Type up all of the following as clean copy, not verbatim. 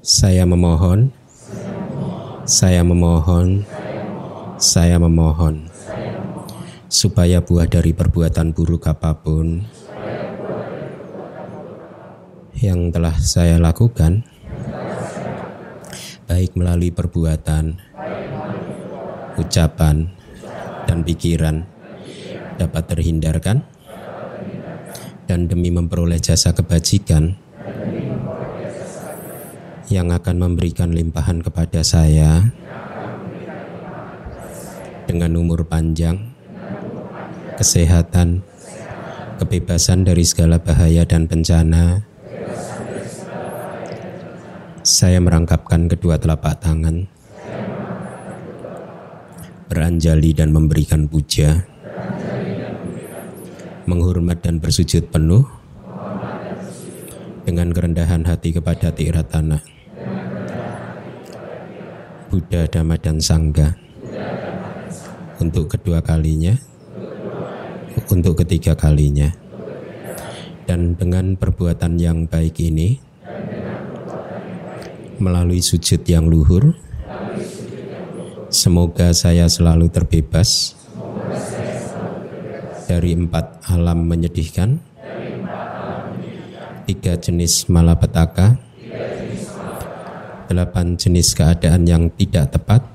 Saya memohon, supaya buah dari perbuatan buruk apapun yang telah saya lakukan, baik melalui perbuatan, ucapan, dan pikiran, dapat terhindarkan, dan demi memperoleh jasa kebajikan yang akan memberikan limpahan kepada saya dengan umur panjang, kesehatan, kebebasan dari segala bahaya dan bencana. Saya merangkapkan kedua telapak tangan, beranjali dan memberikan puja, menghormat dan bersujud penuh dengan kerendahan hati kepada Tiratana, Buddha, Dhamma, dan Sangha, untuk kedua kalinya, untuk ketiga kalinya. Dan dengan perbuatan yang baik ini, melalui sujud yang luhur, semoga saya selalu terbebas dari 4 alam menyedihkan, 3 jenis malapetaka, 8 jenis keadaan yang tidak tepat,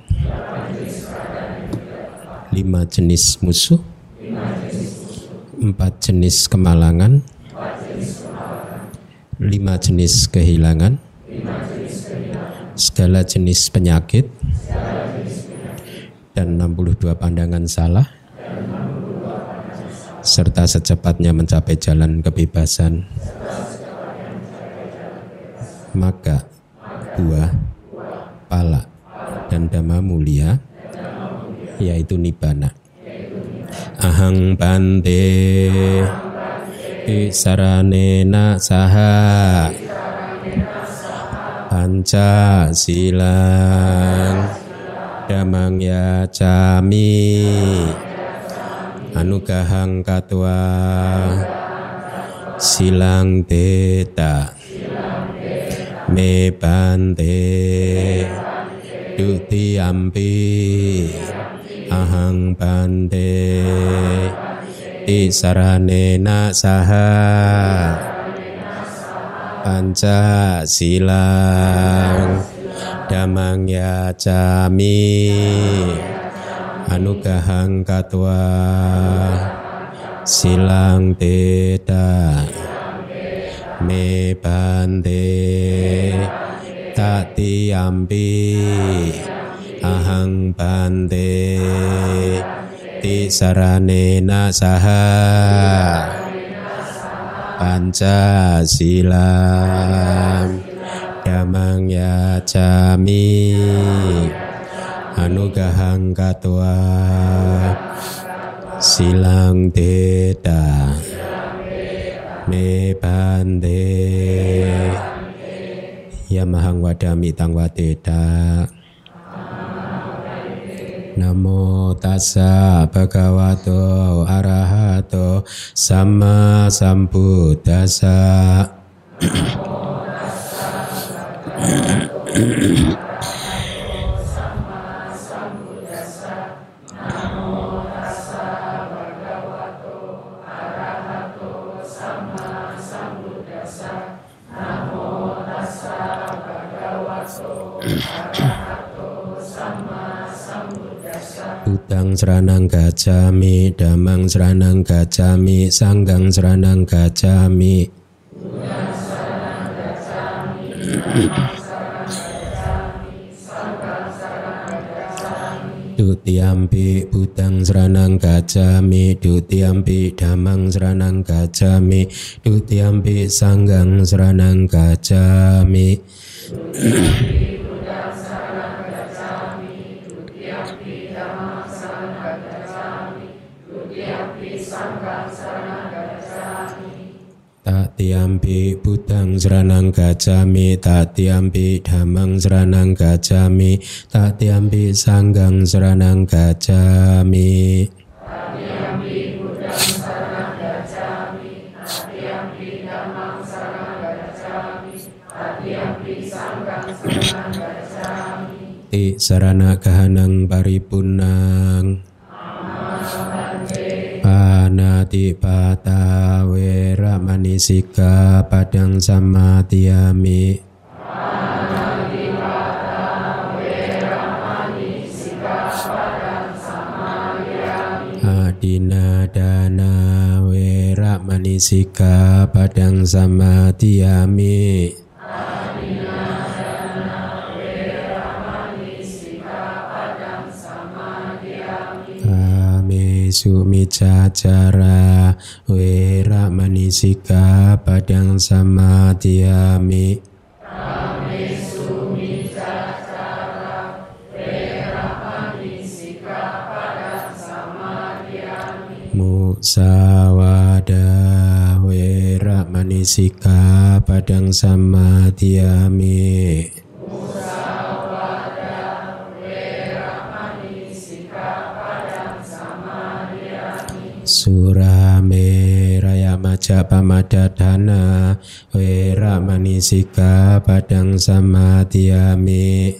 5 jenis musuh, 4 jenis kemalangan, 5 jenis kehilangan, segala jenis penyakit, dan 62 pandangan salah, serta secepatnya mencapai jalan kebebasan. Maka buah, pala, dan dhamma mulia, yaitu nibbana. Ahang bante saranena saha panca silang dhammang yacami anugahang katwa silang teta me bante dutiyampi ahang bante saranena saha panca silang dhammang yacami anugahang katwa silang teta me bante tatiyampi ahang bante saranena saha panca silang dhammang yacami anugahang katwa silang teta me bante yamahang wadami tang wateda. Namo tassa bhagavato arahato sama sambuddhassa. Buddhang saranang gacchami, dhammang saranang gacchami, sanghang saranang gacchami. Dutiyampi buddhang saranang gacchami, dutiyampi dhammang saranang gacchami, dutiyampi sanghang saranang gacchami. Tatiyampi buddhang saranang gacchami, tatiyampi dhammang saranang gacchami, tatiyampi sanghang saranang gacchami. Tatiyampi buddhang saranang gacchami, tatiyampi dhammang saranang gacchami, tatiyampi Ti sarana kahanang paripunang panati pata weramani sikkhapadang sammadiyami. Adina dana weramani sikkhapadang sammadiyami. Kamesu micacara weramani sikkhapadang sammadiyami. Musawada weramani sikkhapadang sammadiyami. Surameraya majapamadatana weramani sikkhapadang sammadiyami.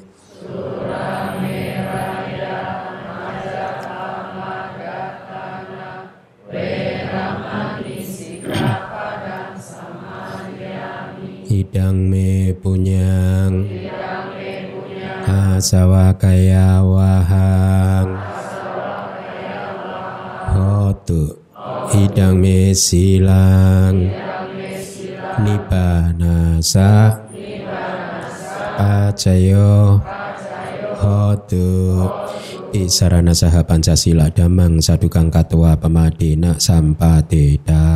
Idang me punyang asawakaya wahang hotu. Idang me silang nibbanasa pacayo hotu. Isarana saha Pancasila damang sadukang katwa pemadina sampadeda.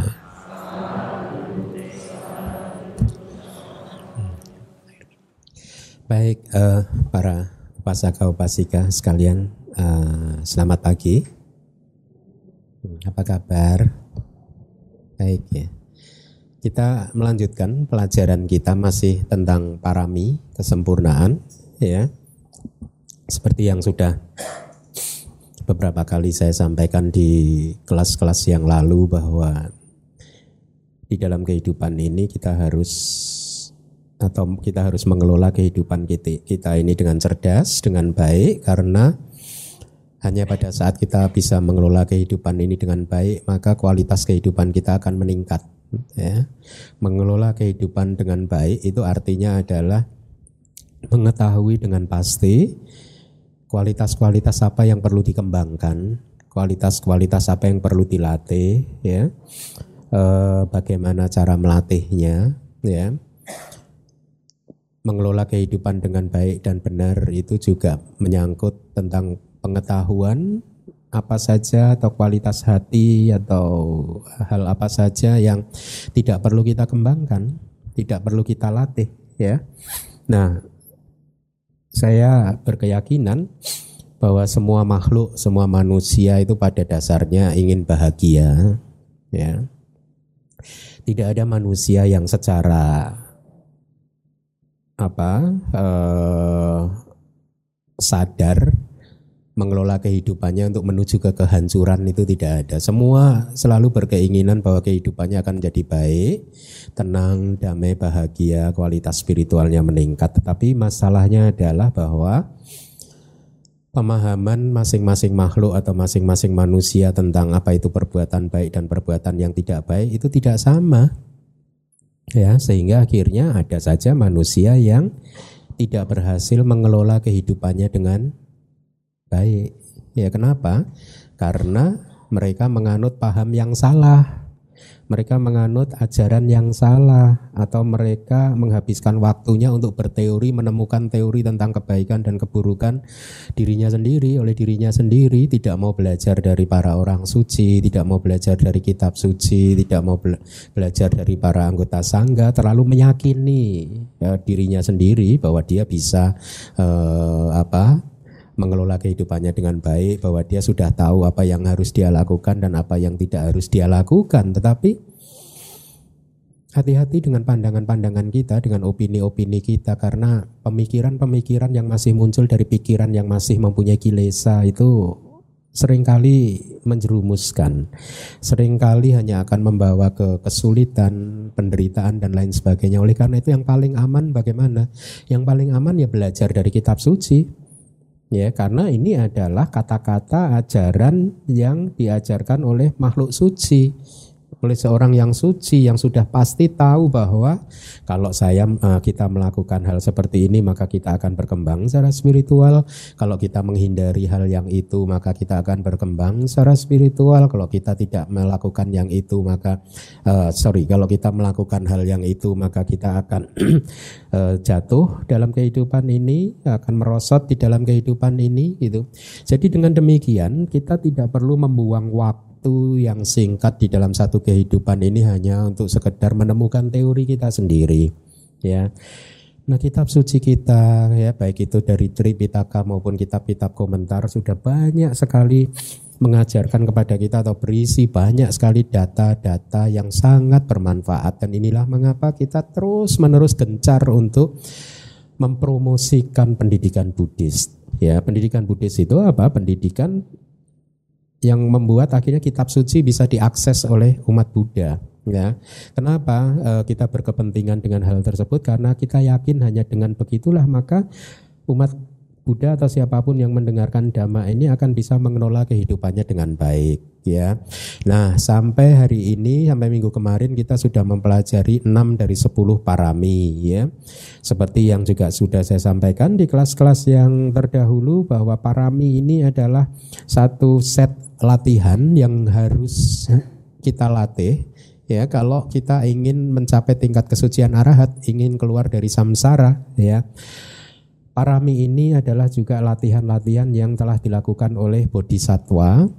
Baik, para upasaka upasika sekalian, selamat pagi. Apa kabar? Baik ya. Kita melanjutkan pelajaran kita masih tentang parami, kesempurnaan, ya. Seperti yang sudah beberapa kali saya sampaikan di kelas-kelas yang lalu bahwa di dalam kehidupan ini kita harus mengelola kehidupan kita ini dengan cerdas, dengan baik, karena hanya pada saat kita bisa mengelola kehidupan ini dengan baik, maka kualitas kehidupan kita akan meningkat. Ya. Mengelola kehidupan dengan baik itu artinya adalah mengetahui dengan pasti kualitas-kualitas apa yang perlu dikembangkan, kualitas-kualitas apa yang perlu dilatih, ya. Bagaimana cara melatihnya, ya. Mengelola kehidupan dengan baik dan benar itu juga menyangkut tentang pengetahuan apa saja atau kualitas hati atau hal apa saja yang tidak perlu kita kembangkan, tidak perlu kita latih, ya. Nah, saya berkeyakinan bahwa semua makhluk, semua manusia itu pada dasarnya ingin bahagia, ya. Tidak ada manusia yang secara sadar mengelola kehidupannya untuk menuju ke kehancuran, itu tidak ada. Semua selalu berkeinginan bahwa kehidupannya akan menjadi baik, tenang, damai, bahagia, kualitas spiritualnya meningkat. Tetapi masalahnya adalah bahwa pemahaman masing-masing makhluk atau masing-masing manusia tentang apa itu perbuatan baik dan perbuatan yang tidak baik itu tidak sama. Ya, sehingga akhirnya ada saja manusia yang tidak berhasil mengelola kehidupannya dengan baik. Ya, kenapa? Karena mereka menganut paham yang salah. Mereka menganut ajaran yang salah, atau mereka menghabiskan waktunya untuk berteori, menemukan teori tentang kebaikan dan keburukan dirinya sendiri, oleh dirinya sendiri, tidak mau belajar dari para orang suci, tidak mau belajar dari kitab suci, tidak mau belajar dari para anggota sangga, terlalu meyakini dirinya sendiri bahwa dia bisa mengelola kehidupannya dengan baik, bahwa dia sudah tahu apa yang harus dia lakukan dan apa yang tidak harus dia lakukan. Tetapi hati-hati dengan pandangan-pandangan kita, dengan opini-opini kita, karena pemikiran-pemikiran yang masih muncul dari pikiran yang masih mempunyai kilesa itu seringkali menjerumuskan, seringkali hanya akan membawa ke kesulitan, penderitaan dan lain sebagainya. Oleh karena itu yang paling aman bagaimana? Yang paling aman ya belajar dari kitab suci. Ya, karena ini adalah kata-kata ajaran yang diajarkan oleh makhluk suci, oleh seorang yang suci yang sudah pasti tahu bahwa kalau kita melakukan hal seperti ini maka kita akan berkembang secara spiritual. Kalau kita menghindari hal yang itu maka kita akan berkembang secara spiritual. Kalau kita tidak melakukan yang itu maka kalau kita melakukan hal yang itu maka kita akan jatuh dalam kehidupan ini, akan merosot di dalam kehidupan ini gitu. Jadi dengan demikian kita tidak perlu membuang waktu yang singkat di dalam satu kehidupan ini hanya untuk sekedar menemukan teori kita sendiri, ya. Nah, kitab suci kita ya, baik itu dari Tripitaka maupun kitab-kitab komentar sudah banyak sekali mengajarkan kepada kita atau berisi banyak sekali data-data yang sangat bermanfaat, dan inilah mengapa kita terus-menerus gencar untuk mempromosikan pendidikan Buddhis. Ya, pendidikan Buddhis itu apa? Pendidikan yang membuat akhirnya kitab suci bisa diakses oleh umat Buddha. Ya, kenapa kita berkepentingan dengan hal tersebut? Karena kita yakin hanya dengan begitulah maka umat Buddha atau siapapun yang mendengarkan Dhamma ini akan bisa mengelola kehidupannya dengan baik. Ya, nah sampai hari ini, sampai minggu kemarin kita sudah mempelajari 6 dari 10 parami. Ya, seperti yang juga sudah saya sampaikan di kelas-kelas yang terdahulu bahwa parami ini adalah satu set latihan yang harus kita latih ya kalau kita ingin mencapai tingkat kesucian arahat, ingin keluar dari samsara ya. Parami ini adalah juga latihan-latihan yang telah dilakukan oleh bodhisattva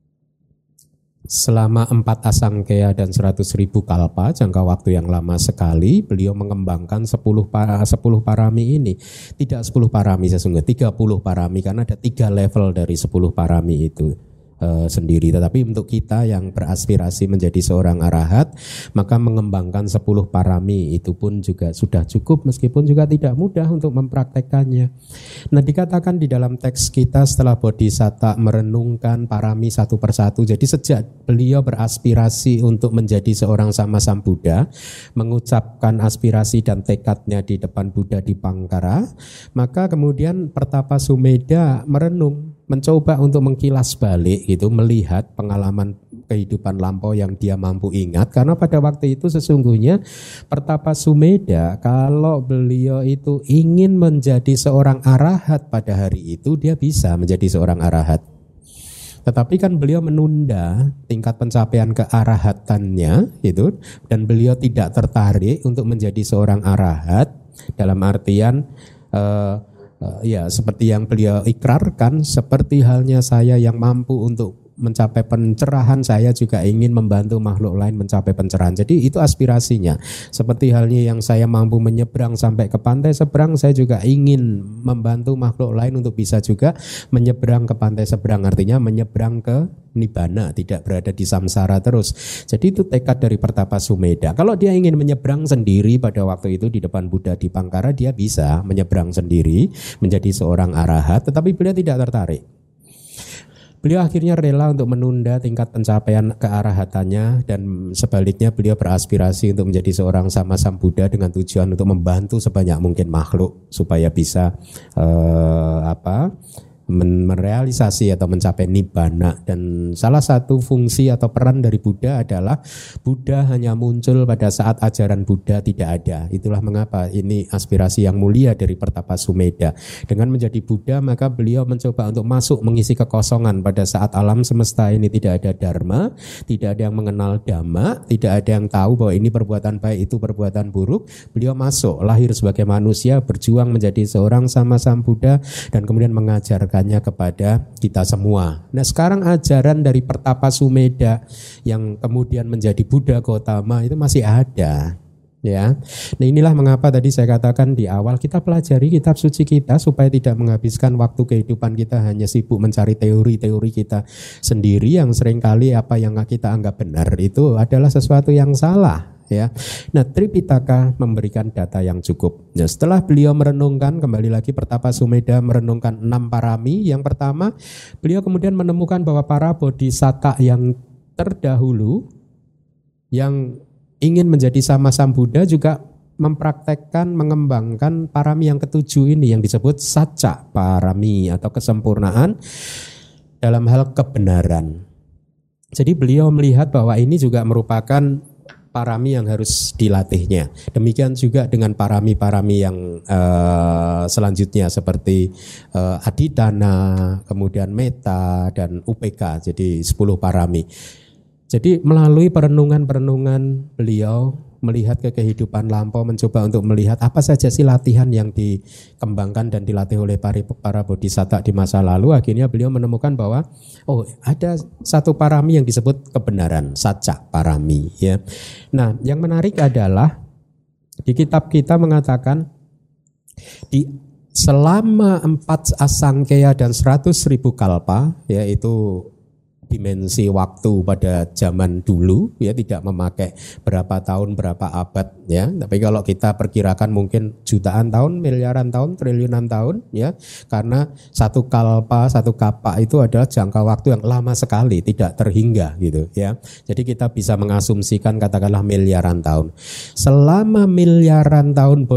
selama 4 asangkaya dan 100.000 kalpa, jangka waktu yang lama sekali. Beliau mengembangkan 10 parami ini. Tidak 10 parami sesungguhnya, 30 parami, karena ada 3 level dari 10 parami itu sendiri. Tetapi untuk kita yang beraspirasi menjadi seorang arahat, maka mengembangkan 10 parami itu pun juga sudah cukup, meskipun juga tidak mudah untuk mempraktekkannya. Nah, dikatakan di dalam teks kita setelah bodhisatta merenungkan parami satu persatu. Jadi sejak beliau beraspirasi untuk menjadi seorang sama Sambuddha, mengucapkan aspirasi dan tekadnya di depan Buddha di Pangkara, maka kemudian Pertapa Sumedha merenung, mencoba untuk mengkilas balik gitu, melihat pengalaman kehidupan lampau yang dia mampu ingat. Karena pada waktu itu sesungguhnya Pertapa Sumedha, kalau beliau itu ingin menjadi seorang arahat pada hari itu, dia bisa menjadi seorang arahat. Tetapi kan beliau menunda tingkat pencapaian kearahatannya itu, dan beliau tidak tertarik untuk menjadi seorang arahat dalam artian ya seperti yang beliau ikrarkan, seperti halnya saya yang mampu untuk mencapai pencerahan, saya juga ingin membantu makhluk lain mencapai pencerahan. Jadi itu aspirasinya. Seperti halnya yang saya mampu menyeberang sampai ke pantai seberang, saya juga ingin membantu makhluk lain untuk bisa juga menyeberang ke pantai seberang. Artinya menyeberang ke Nibbana, tidak berada di samsara terus. Jadi itu tekad dari Pertapa Sumedha. Kalau dia ingin menyeberang sendiri pada waktu itu di depan Buddha di Pangkara, dia bisa menyeberang sendiri menjadi seorang arahat, tetapi beliau tidak tertarik. Beliau akhirnya rela untuk menunda tingkat pencapaian kearahatannya, dan sebaliknya beliau beraspirasi untuk menjadi seorang sama Sambuddha dengan tujuan untuk membantu sebanyak mungkin makhluk supaya bisa merealisasi atau mencapai nibbana. Dan salah satu fungsi atau peran dari Buddha adalah Buddha hanya muncul pada saat ajaran Buddha tidak ada. Itulah mengapa ini aspirasi yang mulia dari Pertapa Sumedha. Dengan menjadi Buddha maka beliau mencoba untuk masuk mengisi kekosongan pada saat alam semesta ini tidak ada dharma, tidak ada yang mengenal dhamma, tidak ada yang tahu bahwa ini perbuatan baik, itu perbuatan buruk. Beliau masuk, lahir sebagai manusia, berjuang menjadi seorang sama Sambuddha, dan kemudian mengajarkan kepada kita semua. Nah, sekarang ajaran dari Pertapa Sumedha yang kemudian menjadi Buddha Gautama itu masih ada. Ya, nah inilah mengapa tadi saya katakan di awal kita pelajari kitab suci kita supaya tidak menghabiskan waktu kehidupan kita hanya sibuk mencari teori-teori kita sendiri yang seringkali apa yang kita anggap benar itu adalah sesuatu yang salah. ya. Nah, Tripitaka memberikan data yang cukup. Nah, setelah beliau merenungkan, kembali lagi Pertapa Sumedha merenungkan 6 parami. Yang pertama, beliau kemudian menemukan bahwa para bodhisatta yang terdahulu yang ingin menjadi sama Sambuddha juga mempraktekkan, mengembangkan parami yang ketujuh ini yang disebut Saca Parami atau kesempurnaan dalam hal kebenaran. Jadi beliau melihat bahwa ini juga merupakan parami yang harus dilatihnya. Demikian juga dengan parami-parami yang selanjutnya seperti Adidana, kemudian Metta dan UPK, jadi 10 parami. Jadi melalui perenungan-perenungan beliau melihat ke kehidupan lampau, mencoba untuk melihat apa saja sih latihan yang dikembangkan dan dilatih oleh para bodhisatta di masa lalu. Akhirnya beliau menemukan bahwa ada satu parami yang disebut kebenaran, Saca Parami, ya. Nah, yang menarik adalah di kitab kita mengatakan di selama 4 asangkeya dan 100.000 kalpa, yaitu dimensi waktu pada zaman dulu, ya, tidak memakai berapa tahun, berapa abad, ya. Tapi kalau kita perkirakan mungkin jutaan tahun, miliaran tahun, triliunan tahun, ya. Karena satu kalpa, satu kapa itu adalah jangka waktu yang lama sekali, tidak terhingga gitu, ya. Jadi kita bisa mengasumsikan katakanlah miliaran tahun. Selama miliaran tahun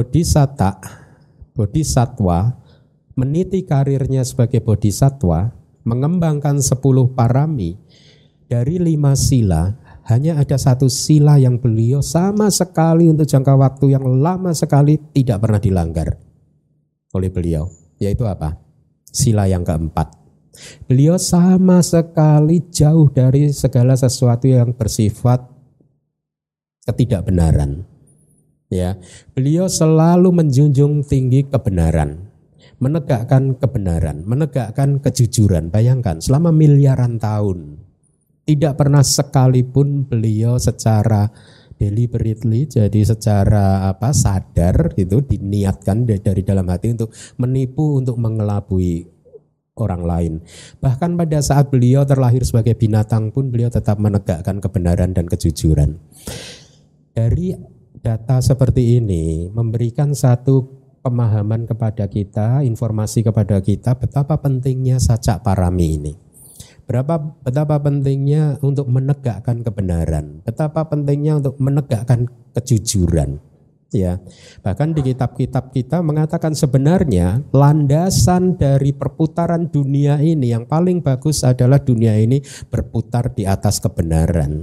bodhisatwa meniti karirnya sebagai bodhisatwa, mengembangkan 10 parami dari 5 sila, hanya ada 1 sila yang beliau sama sekali untuk jangka waktu yang lama sekali tidak pernah dilanggar oleh beliau, yaitu apa? Sila yang keempat. Beliau sama sekali jauh dari segala sesuatu yang bersifat ketidakbenaran. Ya, beliau selalu menjunjung tinggi kebenaran, menegakkan kebenaran, menegakkan kejujuran. Bayangkan selama miliaran tahun tidak pernah sekalipun beliau secara deliberately, jadi secara sadar gitu, diniatkan dari dalam hati untuk menipu, untuk mengelabui orang lain. Bahkan pada saat beliau terlahir sebagai binatang pun beliau tetap menegakkan kebenaran dan kejujuran. Dari data seperti ini memberikan satu pemahaman kepada kita, informasi kepada kita betapa pentingnya Saca Parami ini. Betapa pentingnya untuk menegakkan kebenaran, betapa pentingnya untuk menegakkan kejujuran. Ya, bahkan di kitab-kitab kita mengatakan sebenarnya landasan dari perputaran dunia ini yang paling bagus adalah dunia ini berputar di atas kebenaran.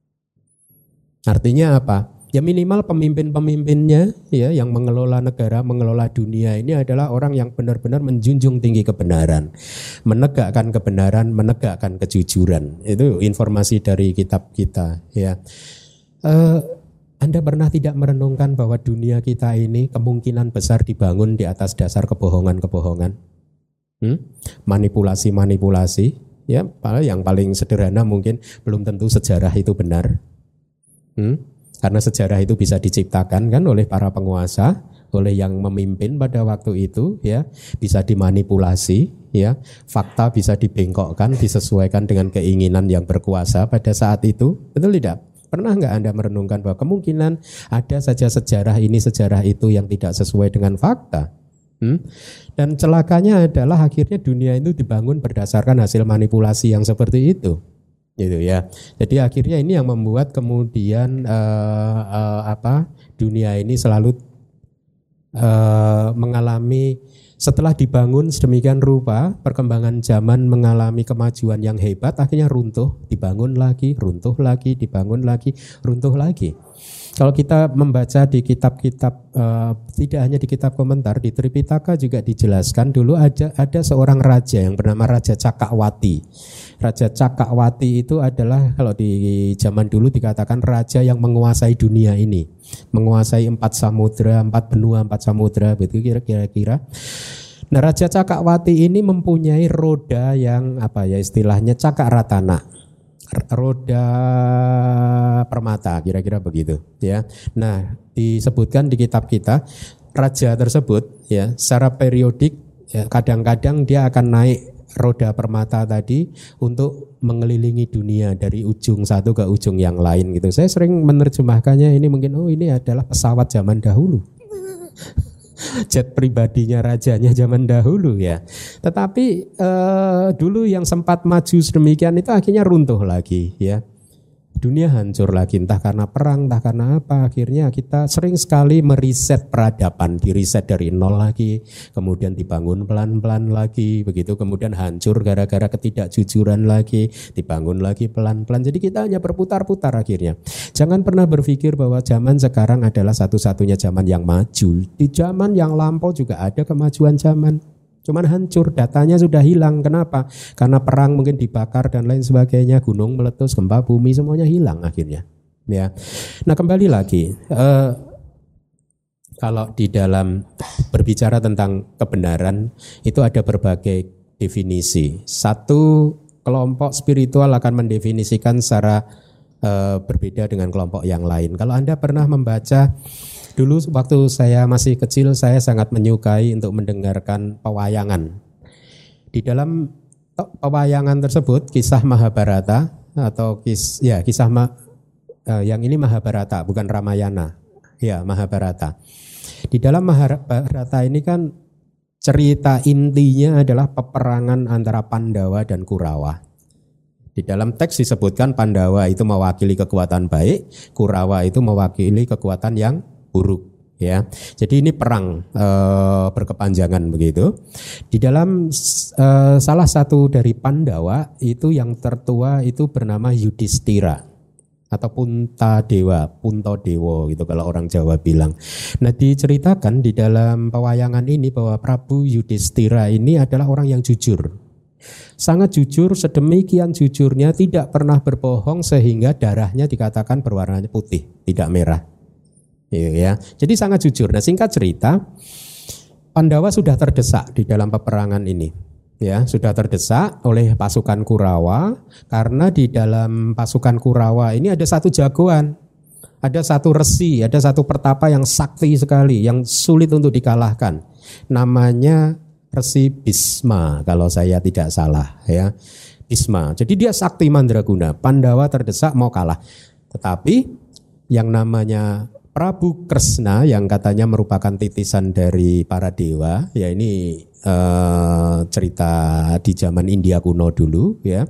Artinya apa? Ya minimal pemimpin-pemimpinnya, ya, yang mengelola negara, mengelola dunia ini adalah orang yang benar-benar menjunjung tinggi kebenaran, menegakkan kebenaran, menegakkan kejujuran. Itu informasi dari kitab kita, ya. Anda pernah tidak merenungkan bahwa dunia kita ini kemungkinan besar dibangun di atas dasar kebohongan-kebohongan, manipulasi-manipulasi, ya. Yang paling sederhana mungkin belum tentu sejarah itu benar. Karena sejarah itu bisa diciptakan kan oleh para penguasa, oleh yang memimpin pada waktu itu, ya, bisa dimanipulasi, ya, fakta bisa dibengkokkan, disesuaikan dengan keinginan yang berkuasa pada saat itu, betul tidak? Pernah nggak Anda merenungkan bahwa kemungkinan ada saja sejarah ini, sejarah itu yang tidak sesuai dengan fakta? Dan celakanya adalah akhirnya dunia itu dibangun berdasarkan hasil manipulasi yang seperti itu. Gitu ya. Jadi akhirnya ini yang membuat kemudian dunia ini selalu mengalami, setelah dibangun sedemikian rupa, perkembangan zaman mengalami kemajuan yang hebat, akhirnya runtuh, dibangun lagi, runtuh lagi, dibangun lagi, runtuh lagi. Kalau kita membaca di kitab-kitab, tidak hanya di kitab komentar, di Tripitaka juga dijelaskan dulu ada seorang raja yang bernama Raja Cakkawati. Raja Cakkawati itu adalah, kalau di zaman dulu dikatakan raja yang menguasai dunia ini, menguasai 4 samudra, 4 benua, 4 samudra, begitu kira-kira. Nah, Raja Cakkawati ini mempunyai roda yang istilahnya Cakkaratana, roda permata, kira-kira begitu, ya. Nah, disebutkan di kitab kita, raja tersebut, ya, secara periodik, ya, kadang-kadang dia akan naik roda permata tadi untuk mengelilingi dunia dari ujung satu ke ujung yang lain gitu. Saya sering menerjemahkannya ini mungkin ini adalah pesawat zaman dahulu. Jet pribadinya rajanya zaman dahulu ya. Tetapi dulu yang sempat maju sedemikian itu akhirnya runtuh lagi ya. Dunia hancur lagi entah karena perang, entah karena apa. Akhirnya kita sering sekali meriset peradaban, diriset dari nol lagi, kemudian dibangun pelan-pelan lagi, begitu kemudian hancur gara-gara ketidakjujuran lagi, dibangun lagi pelan-pelan. Jadi kita hanya berputar-putar akhirnya. Jangan pernah berpikir bahwa zaman sekarang adalah satu-satunya zaman yang maju. Di zaman yang lampau juga ada kemajuan zaman. Cuman hancur, datanya sudah hilang. Kenapa? Karena perang mungkin dibakar dan lain sebagainya, gunung meletus, gempa bumi, semuanya hilang akhirnya. Ya. Nah kembali lagi, kalau di dalam berbicara tentang kebenaran itu ada berbagai definisi. Satu kelompok spiritual akan mendefinisikan secara berbeda dengan kelompok yang lain. Kalau Anda pernah membaca dulu waktu saya masih kecil, saya sangat menyukai untuk mendengarkan pewayangan. Di dalam pewayangan tersebut, kisah Mahabharata atau yang ini Mahabharata, bukan Ramayana. Ya, Mahabharata. Di dalam Mahabharata ini kan cerita intinya adalah peperangan antara Pandawa dan Kurawa. Di dalam teks disebutkan Pandawa itu mewakili kekuatan baik, Kurawa itu mewakili kekuatan yang buruk ya. Jadi ini perang berkepanjangan begitu. Di dalam salah satu dari Pandawa itu yang tertua itu bernama Yudhistira atau Puntadewa gitu kalau orang Jawa bilang. Nah, diceritakan di dalam pewayangan ini bahwa Prabu Yudhistira ini adalah orang yang jujur. Sangat jujur, sedemikian jujurnya tidak pernah berbohong sehingga darahnya dikatakan berwarna putih, tidak merah. Ya, jadi sangat jujur. Nah, singkat cerita, Pandawa sudah terdesak di dalam peperangan ini. Ya, sudah terdesak oleh pasukan Kurawa karena di dalam pasukan Kurawa ini ada satu jagoan, ada satu resi, ada satu pertapa yang sakti sekali, yang sulit untuk dikalahkan. Namanya Resi Bisma kalau saya tidak salah ya. Bisma. Jadi dia sakti mandraguna. Pandawa terdesak mau kalah. Tetapi yang namanya Prabu Kresna yang katanya merupakan titisan dari para dewa, ya ini cerita di zaman India kuno dulu ya,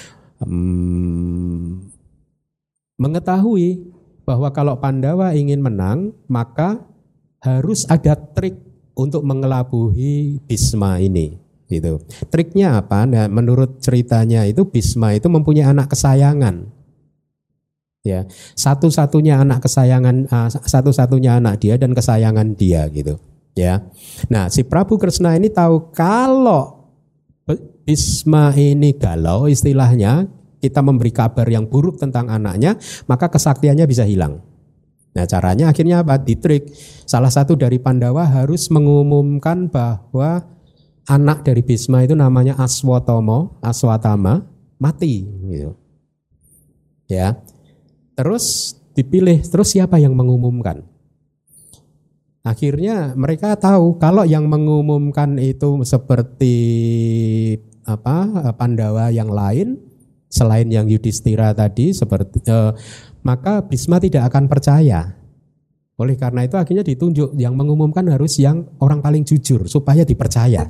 mengetahui bahwa kalau Pandawa ingin menang maka harus ada trik untuk mengelabuhi Bisma ini. Gitu. Triknya apa? Nah, menurut ceritanya itu Bisma itu mempunyai anak kesayangan. Ya, satu-satunya anak kesayangan, satu-satunya anak dia dan kesayangan dia gitu. Ya, nah si Prabu Kresna ini tahu kalau Bisma ini galau istilahnya, kita memberi kabar yang buruk tentang anaknya, maka kesaktiannya bisa hilang. Nah caranya akhirnya apa? Ditrik. Salah satu dari Pandawa harus mengumumkan bahwa anak dari Bisma itu namanya Aswatama mati. Gitu. Ya. Terus dipilih, terus siapa yang mengumumkan? Akhirnya mereka tahu kalau yang mengumumkan itu seperti Pandawa yang lain selain yang Yudhistira tadi maka Bisma tidak akan percaya. Oleh karena itu akhirnya ditunjuk yang mengumumkan harus yang orang paling jujur supaya dipercaya.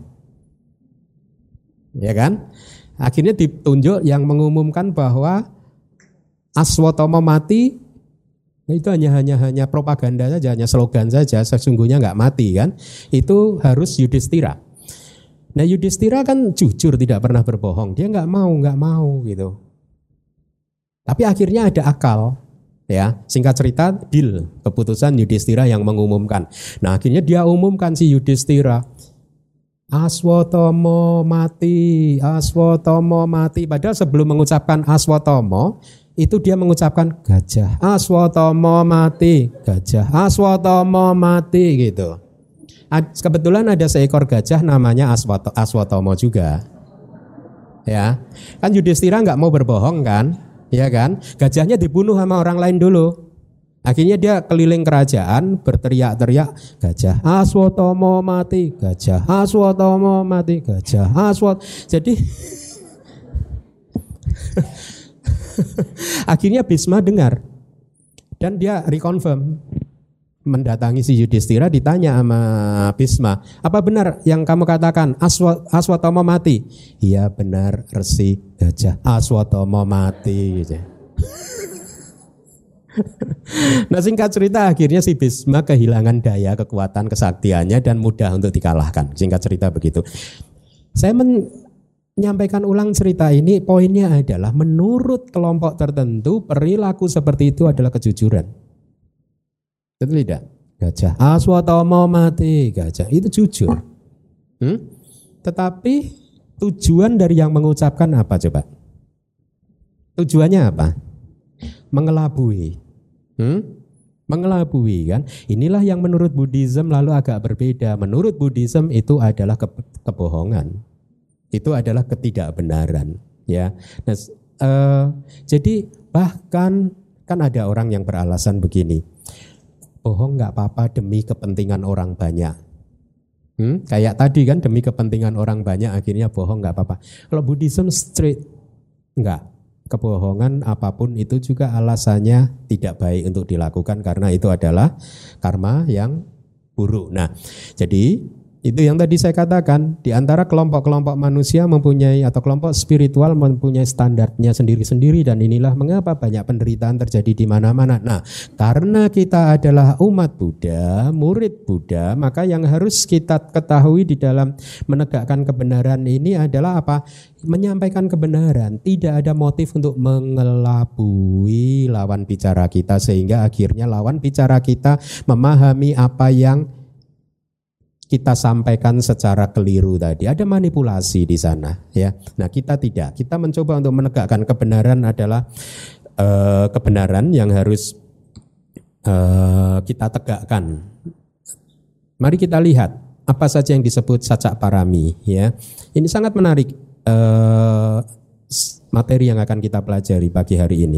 Ya kan? Akhirnya ditunjuk yang mengumumkan bahwa Aswatama mati, itu hanya propaganda saja, hanya slogan saja, sesungguhnya enggak mati kan. Itu harus Yudhistira. Nah Yudhistira kan jujur, tidak pernah berbohong, dia enggak mau gitu. Tapi akhirnya ada akal, ya. Singkat cerita, deal, keputusan Yudhistira yang mengumumkan. Nah akhirnya dia umumkan si Yudhistira, Aswatama mati. Padahal sebelum mengucapkan Aswatama, itu dia mengucapkan gajah. Aswatama mati, gajah. Aswatama mati gitu. Kebetulan ada seekor gajah namanya Aswatama juga. Ya, kan Yudhistira nggak mau berbohong kan, ya kan? Gajahnya dibunuh sama orang lain dulu. Akhirnya dia keliling kerajaan berteriak-teriak, gajah Aswatama mati, gajah Aswatama mati, gajah Aswat. Jadi akhirnya Bhisma dengar dan dia reconfirm, mendatangi si Yudhistira, ditanya sama Bhisma, apa benar yang kamu katakan Aswatama mati? Iya benar Resi, gajah Aswatama mati. Nah singkat cerita akhirnya si Bhisma kehilangan daya, kekuatan, kesaktiannya dan mudah untuk dikalahkan. Singkat cerita begitu. Saya menyampaikan ulang cerita ini, poinnya adalah menurut kelompok tertentu perilaku seperti itu adalah kejujuran. Betul tidak? Gajah Aswatama mati, gajah itu jujur. Tetapi tujuan dari yang mengucapkan apa coba? Tujuannya apa? Mengelabui. Mengelabui kan. Inilah yang menurut Buddhism lalu agak berbeda. Menurut Buddhism itu adalah kebohongan. Itu adalah ketidakbenaran, ya. Nah, jadi bahkan kan ada orang yang beralasan begini, bohong nggak apa-apa demi kepentingan orang banyak. Kayak tadi kan demi kepentingan orang banyak akhirnya bohong nggak apa-apa. Kalau Buddhism straight nggak. Kebohongan apapun itu juga alasannya tidak baik untuk dilakukan karena itu adalah karma yang buruk. Nah, jadi itu yang tadi saya katakan, di antara kelompok-kelompok manusia mempunyai atau kelompok spiritual mempunyai standarnya sendiri-sendiri dan inilah mengapa banyak penderitaan terjadi di mana-mana. Nah, karena kita adalah umat Buddha, murid Buddha, maka yang harus kita ketahui di dalam menegakkan kebenaran ini adalah apa? Menyampaikan kebenaran, tidak ada motif untuk mengelabui lawan bicara kita sehingga akhirnya lawan bicara kita memahami apa yang kita sampaikan secara keliru tadi. Ada manipulasi di sana, ya. Nah, kita tidak. Kita mencoba untuk menegakkan kebenaran adalah kebenaran yang harus kita tegakkan. Mari kita lihat apa saja yang disebut sacak parami, ya. Ini sangat menarik materi yang akan kita pelajari pagi hari ini.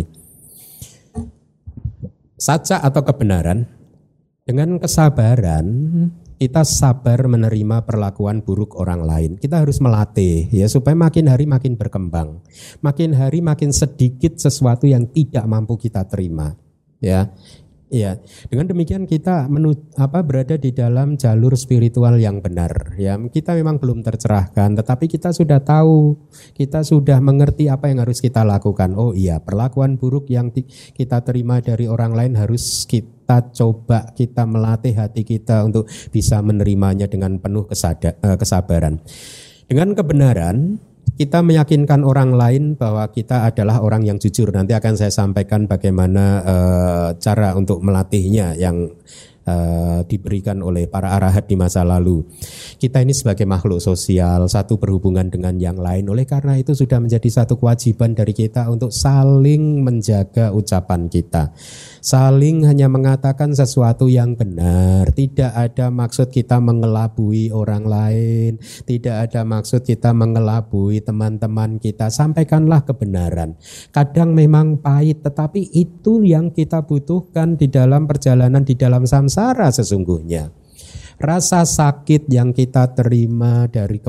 Sacak atau kebenaran dengan kesabaran. Kita sabar menerima perlakuan buruk orang lain. Kita harus melatih ya supaya makin hari makin berkembang. Makin hari makin sedikit sesuatu yang tidak mampu kita terima. Ya. Ya, dengan demikian kita berada di dalam jalur spiritual yang benar. Ya, kita memang belum tercerahkan, tetapi kita sudah tahu, kita sudah mengerti apa yang harus kita lakukan. Oh iya, perlakuan buruk yang kita terima dari orang lain harus kita coba, kita melatih hati kita untuk bisa menerimanya dengan penuh kesabaran. Dengan kebenaran kita meyakinkan orang lain bahwa kita adalah orang yang jujur. Nanti akan saya sampaikan bagaimana cara untuk melatihnya yang diberikan oleh para arahat di masa lalu. Kita ini sebagai makhluk sosial, satu berhubungan dengan yang lain. Oleh karena itu sudah menjadi satu kewajiban dari kita untuk saling menjaga ucapan kita. Saling hanya mengatakan sesuatu yang benar. Tidak ada maksud kita mengelabui orang lain. Tidak ada maksud kita mengelabui teman-teman kita. Sampaikanlah kebenaran. Kadang memang pahit, tetapi itu yang kita butuhkan di dalam perjalanan, di dalam samsara sesungguhnya. Rasa sakit yang kita terima dari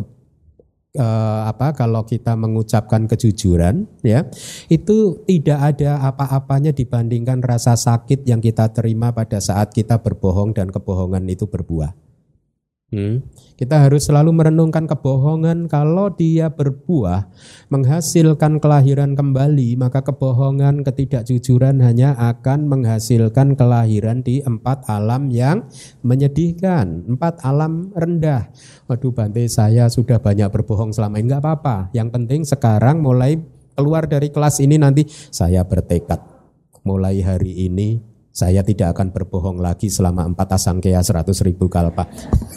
kalau kita mengucapkan kejujuran, ya, itu tidak ada apa-apanya dibandingkan rasa sakit yang kita terima pada saat kita berbohong dan kebohongan itu berbuah. Kita harus selalu merenungkan kebohongan kalau dia berbuah menghasilkan kelahiran kembali, maka kebohongan, ketidakjujuran hanya akan menghasilkan kelahiran di 4 alam yang menyedihkan, 4 alam rendah. Waduh, Bante, saya sudah banyak berbohong selama ini. Enggak apa-apa, yang penting sekarang mulai keluar dari kelas ini nanti saya bertekad mulai hari ini saya tidak akan berbohong lagi selama 4 asangkaya 100.000 kalpa.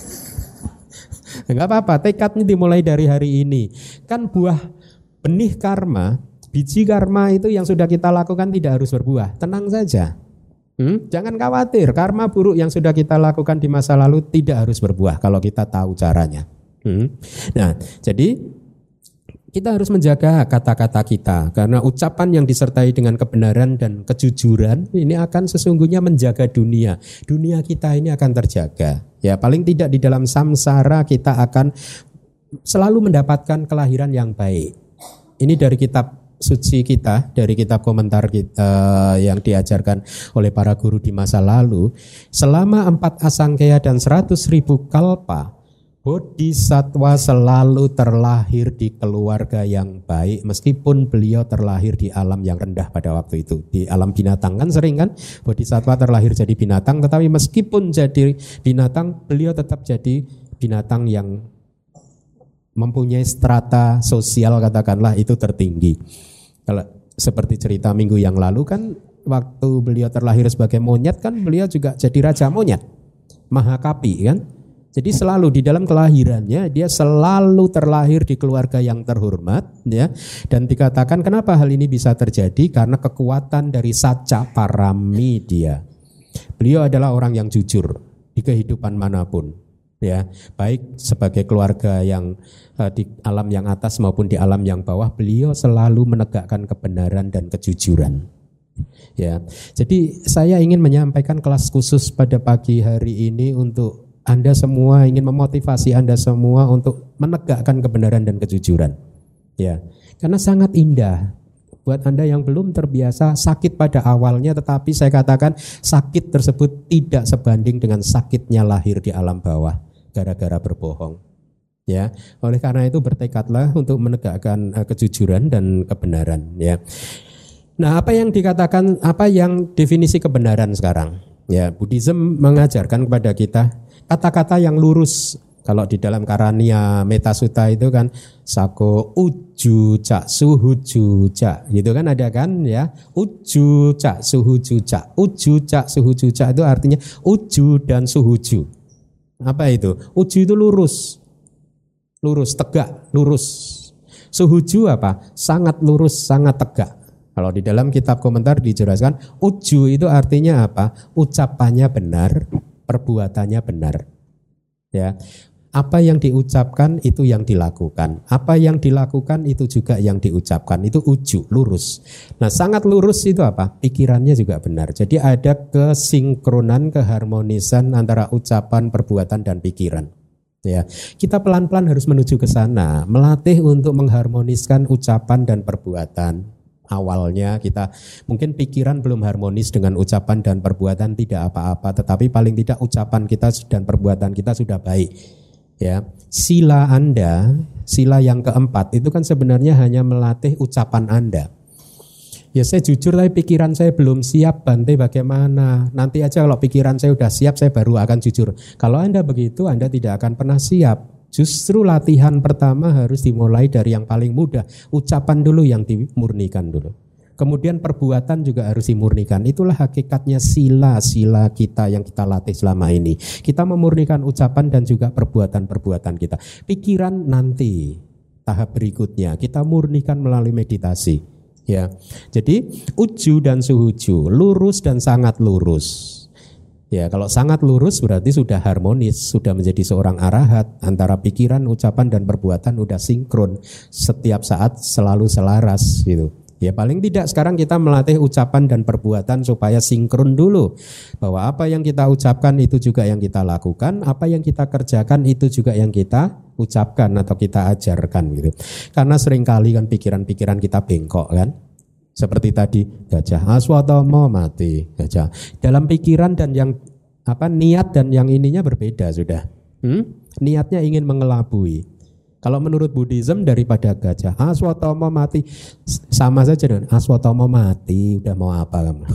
Enggak apa-apa, tekadnya dimulai dari hari ini. Kan buah benih karma, biji karma itu yang sudah kita lakukan tidak harus berbuah. Tenang saja. Jangan khawatir, karma buruk yang sudah kita lakukan di masa lalu tidak harus berbuah kalau kita tahu caranya. Nah, jadi kita harus menjaga kata-kata kita karena ucapan yang disertai dengan kebenaran dan kejujuran ini akan sesungguhnya menjaga dunia. Dunia kita ini akan terjaga. Ya, paling tidak di dalam samsara kita akan selalu mendapatkan kelahiran yang baik. Ini dari kitab suci kita, dari kitab komentar kita yang diajarkan oleh para guru di masa lalu. Selama 4 asangkaya dan 100.000 kalpa, Bodhisattva selalu terlahir di keluarga yang baik meskipun beliau terlahir di alam yang rendah pada waktu itu. Di alam binatang kan sering kan Bodhisattva terlahir jadi binatang, tetapi meskipun jadi binatang beliau tetap jadi binatang yang mempunyai strata sosial katakanlah itu tertinggi. Kalau seperti cerita minggu yang lalu kan waktu beliau terlahir sebagai monyet kan beliau juga jadi raja monyet, Mahakapi kan. Jadi selalu di dalam kelahirannya dia selalu terlahir di keluarga yang terhormat ya. Dan dikatakan kenapa hal ini bisa terjadi karena kekuatan dari Saca Parami dia. Beliau adalah orang yang jujur di kehidupan manapun ya. Baik sebagai keluarga yang di alam yang atas maupun di alam yang bawah beliau selalu menegakkan kebenaran dan kejujuran. Ya. Jadi saya ingin menyampaikan kelas khusus pada pagi hari ini untuk Anda semua, ingin memotivasi Anda semua untuk menegakkan kebenaran dan kejujuran. Ya, karena sangat indah buat Anda yang belum terbiasa sakit pada awalnya, tetapi saya katakan sakit tersebut tidak sebanding dengan sakitnya lahir di alam bawah gara-gara berbohong. Ya, oleh karena itu bertekadlah untuk menegakkan kejujuran dan kebenaran. Ya. Nah, apa yang dikatakan, apa yang definisi kebenaran sekarang? Ya, Buddhism mengajarkan kepada kita kata-kata yang lurus. Kalau di dalam Karania Metasutta itu kan sako uju cak suhuju cak gitu kan ada kan ya. Uju cak suhuju cak. Uju cak suhuju cak itu artinya uju dan suhuju. Apa itu? Uju itu lurus. Lurus, tegak, lurus. Suhuju apa? Sangat lurus, sangat tegak. Kalau di dalam kitab komentar dijelaskan uju itu artinya apa? Ucapannya benar, perbuatannya benar. Ya. Apa yang diucapkan itu yang dilakukan. Apa yang dilakukan itu juga yang diucapkan. Itu uju, lurus. Nah, sangat lurus itu apa? Pikirannya juga benar. Jadi ada kesinkronan, keharmonisan antara ucapan, perbuatan dan pikiran. Ya, kita pelan-pelan harus menuju ke sana, melatih untuk mengharmoniskan ucapan dan perbuatan. Awalnya kita mungkin pikiran belum harmonis dengan ucapan dan perbuatan tidak apa-apa, tetapi paling tidak ucapan kita dan perbuatan kita sudah baik. Ya, sila Anda, sila yang keempat itu kan sebenarnya hanya melatih ucapan Anda. Ya saya jujur tapi pikiran saya belum siap, Bante bagaimana? Nanti aja kalau pikiran saya sudah siap saya baru akan jujur. Kalau Anda begitu Anda tidak akan pernah siap. Justru latihan pertama harus dimulai dari yang paling mudah. Ucapan dulu yang dimurnikan dulu. Kemudian perbuatan juga harus dimurnikan. Itulah hakikatnya sila-sila kita yang kita latih selama ini. Kita memurnikan ucapan dan juga perbuatan-perbuatan kita. Pikiran nanti tahap berikutnya kita murnikan melalui meditasi. Ya, jadi uju dan suhuju, lurus dan sangat lurus. Ya, kalau sangat lurus berarti sudah harmonis, sudah menjadi seorang arahat, antara pikiran, ucapan dan perbuatan udah sinkron, setiap saat selalu selaras gitu. Ya paling tidak sekarang kita melatih ucapan dan perbuatan supaya sinkron dulu. Bahwa apa yang kita ucapkan itu juga yang kita lakukan, apa yang kita kerjakan itu juga yang kita ucapkan atau kita ajarkan gitu. Karena seringkali kan pikiran-pikiran kita bengkok kan. Seperti tadi gajah aswatama mati gajah. Dalam pikiran dan yang niat dan yang ininya berbeda sudah. Niatnya ingin mengelabui. Kalau menurut Buddhism daripada gajah aswatama mati sama saja dengan aswatama mati. Udah mau apa kamu?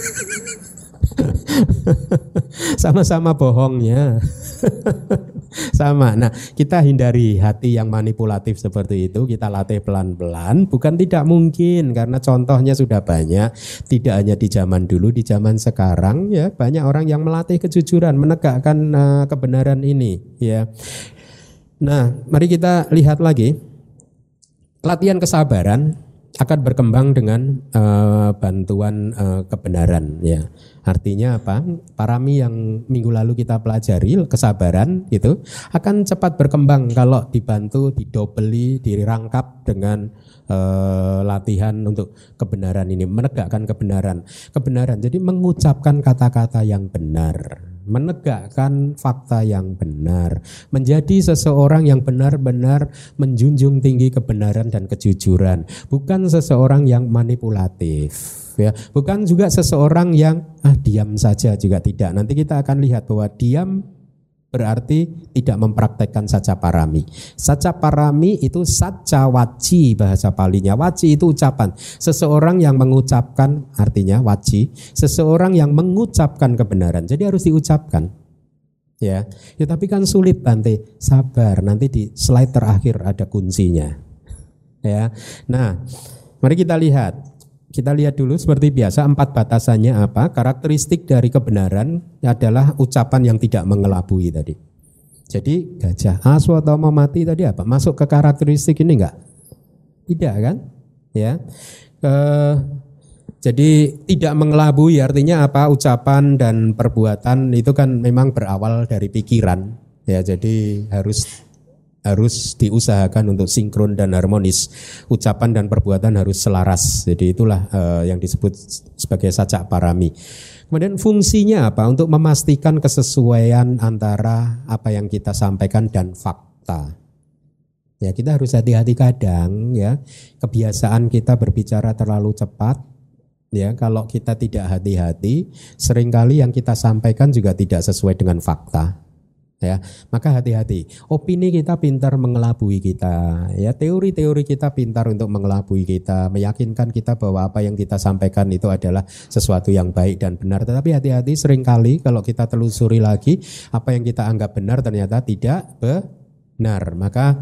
Sama-sama bohongnya. Sama. Nah, kita hindari hati yang manipulatif seperti itu. Kita latih pelan-pelan. Bukan tidak mungkin karena contohnya sudah banyak. Tidak hanya di zaman dulu, di zaman sekarang ya banyak orang yang melatih kejujuran, menegakkan kebenaran ini. Ya. Nah, mari kita lihat lagi latihan kesabaran. akan berkembang dengan bantuan kebenaran ya. Artinya apa? Parami yang minggu lalu kita pelajari, kesabaran itu akan cepat berkembang kalau dibantu, didobeli, dirangkap dengan latihan untuk kebenaran ini, menegakkan kebenaran. Kebenaran. Jadi mengucapkan kata-kata yang benar, menegakkan fakta yang benar, menjadi seseorang yang benar-benar menjunjung tinggi kebenaran dan kejujuran, bukan seseorang yang manipulatif, ya, bukan juga seseorang yang diam saja, juga tidak. Nanti kita akan lihat bahwa diam berarti tidak mempraktekkan saca parami. Saca parami itu saca waci bahasa Palinya. Waci itu ucapan. Seseorang yang mengucapkan, artinya waci, seseorang yang mengucapkan kebenaran. Jadi harus diucapkan. Ya, tapi kan sulit Bante. Sabar, nanti di slide terakhir ada kuncinya. Ya. Nah, mari kita lihat. Kita lihat dulu seperti biasa 4 batasannya apa. Karakteristik dari kebenaran adalah ucapan yang tidak mengelabui tadi. Jadi Gajah Aswatama mati tadi apa? Masuk ke karakteristik ini enggak? Tidak kan? Ya. Jadi tidak mengelabui artinya apa? Ucapan dan perbuatan itu kan memang berawal dari pikiran. Ya, jadi harus diusahakan untuk sinkron dan harmonis. Ucapan dan perbuatan harus selaras. Jadi itulah yang disebut sebagai saca parami. Kemudian fungsinya apa? Untuk memastikan kesesuaian antara apa yang kita sampaikan dan fakta. Ya, kita harus hati-hati kadang ya. Kebiasaan kita berbicara terlalu cepat. Ya, kalau kita tidak hati-hati, seringkali yang kita sampaikan juga tidak sesuai dengan fakta. Ya, maka hati-hati. Opini kita pintar mengelabui kita, ya, teori-teori kita pintar untuk mengelabui kita, meyakinkan kita bahwa apa yang kita sampaikan itu adalah sesuatu yang baik dan benar. Tetapi hati-hati, seringkali kalau kita telusuri lagi, apa yang kita anggap benar ternyata tidak benar. Maka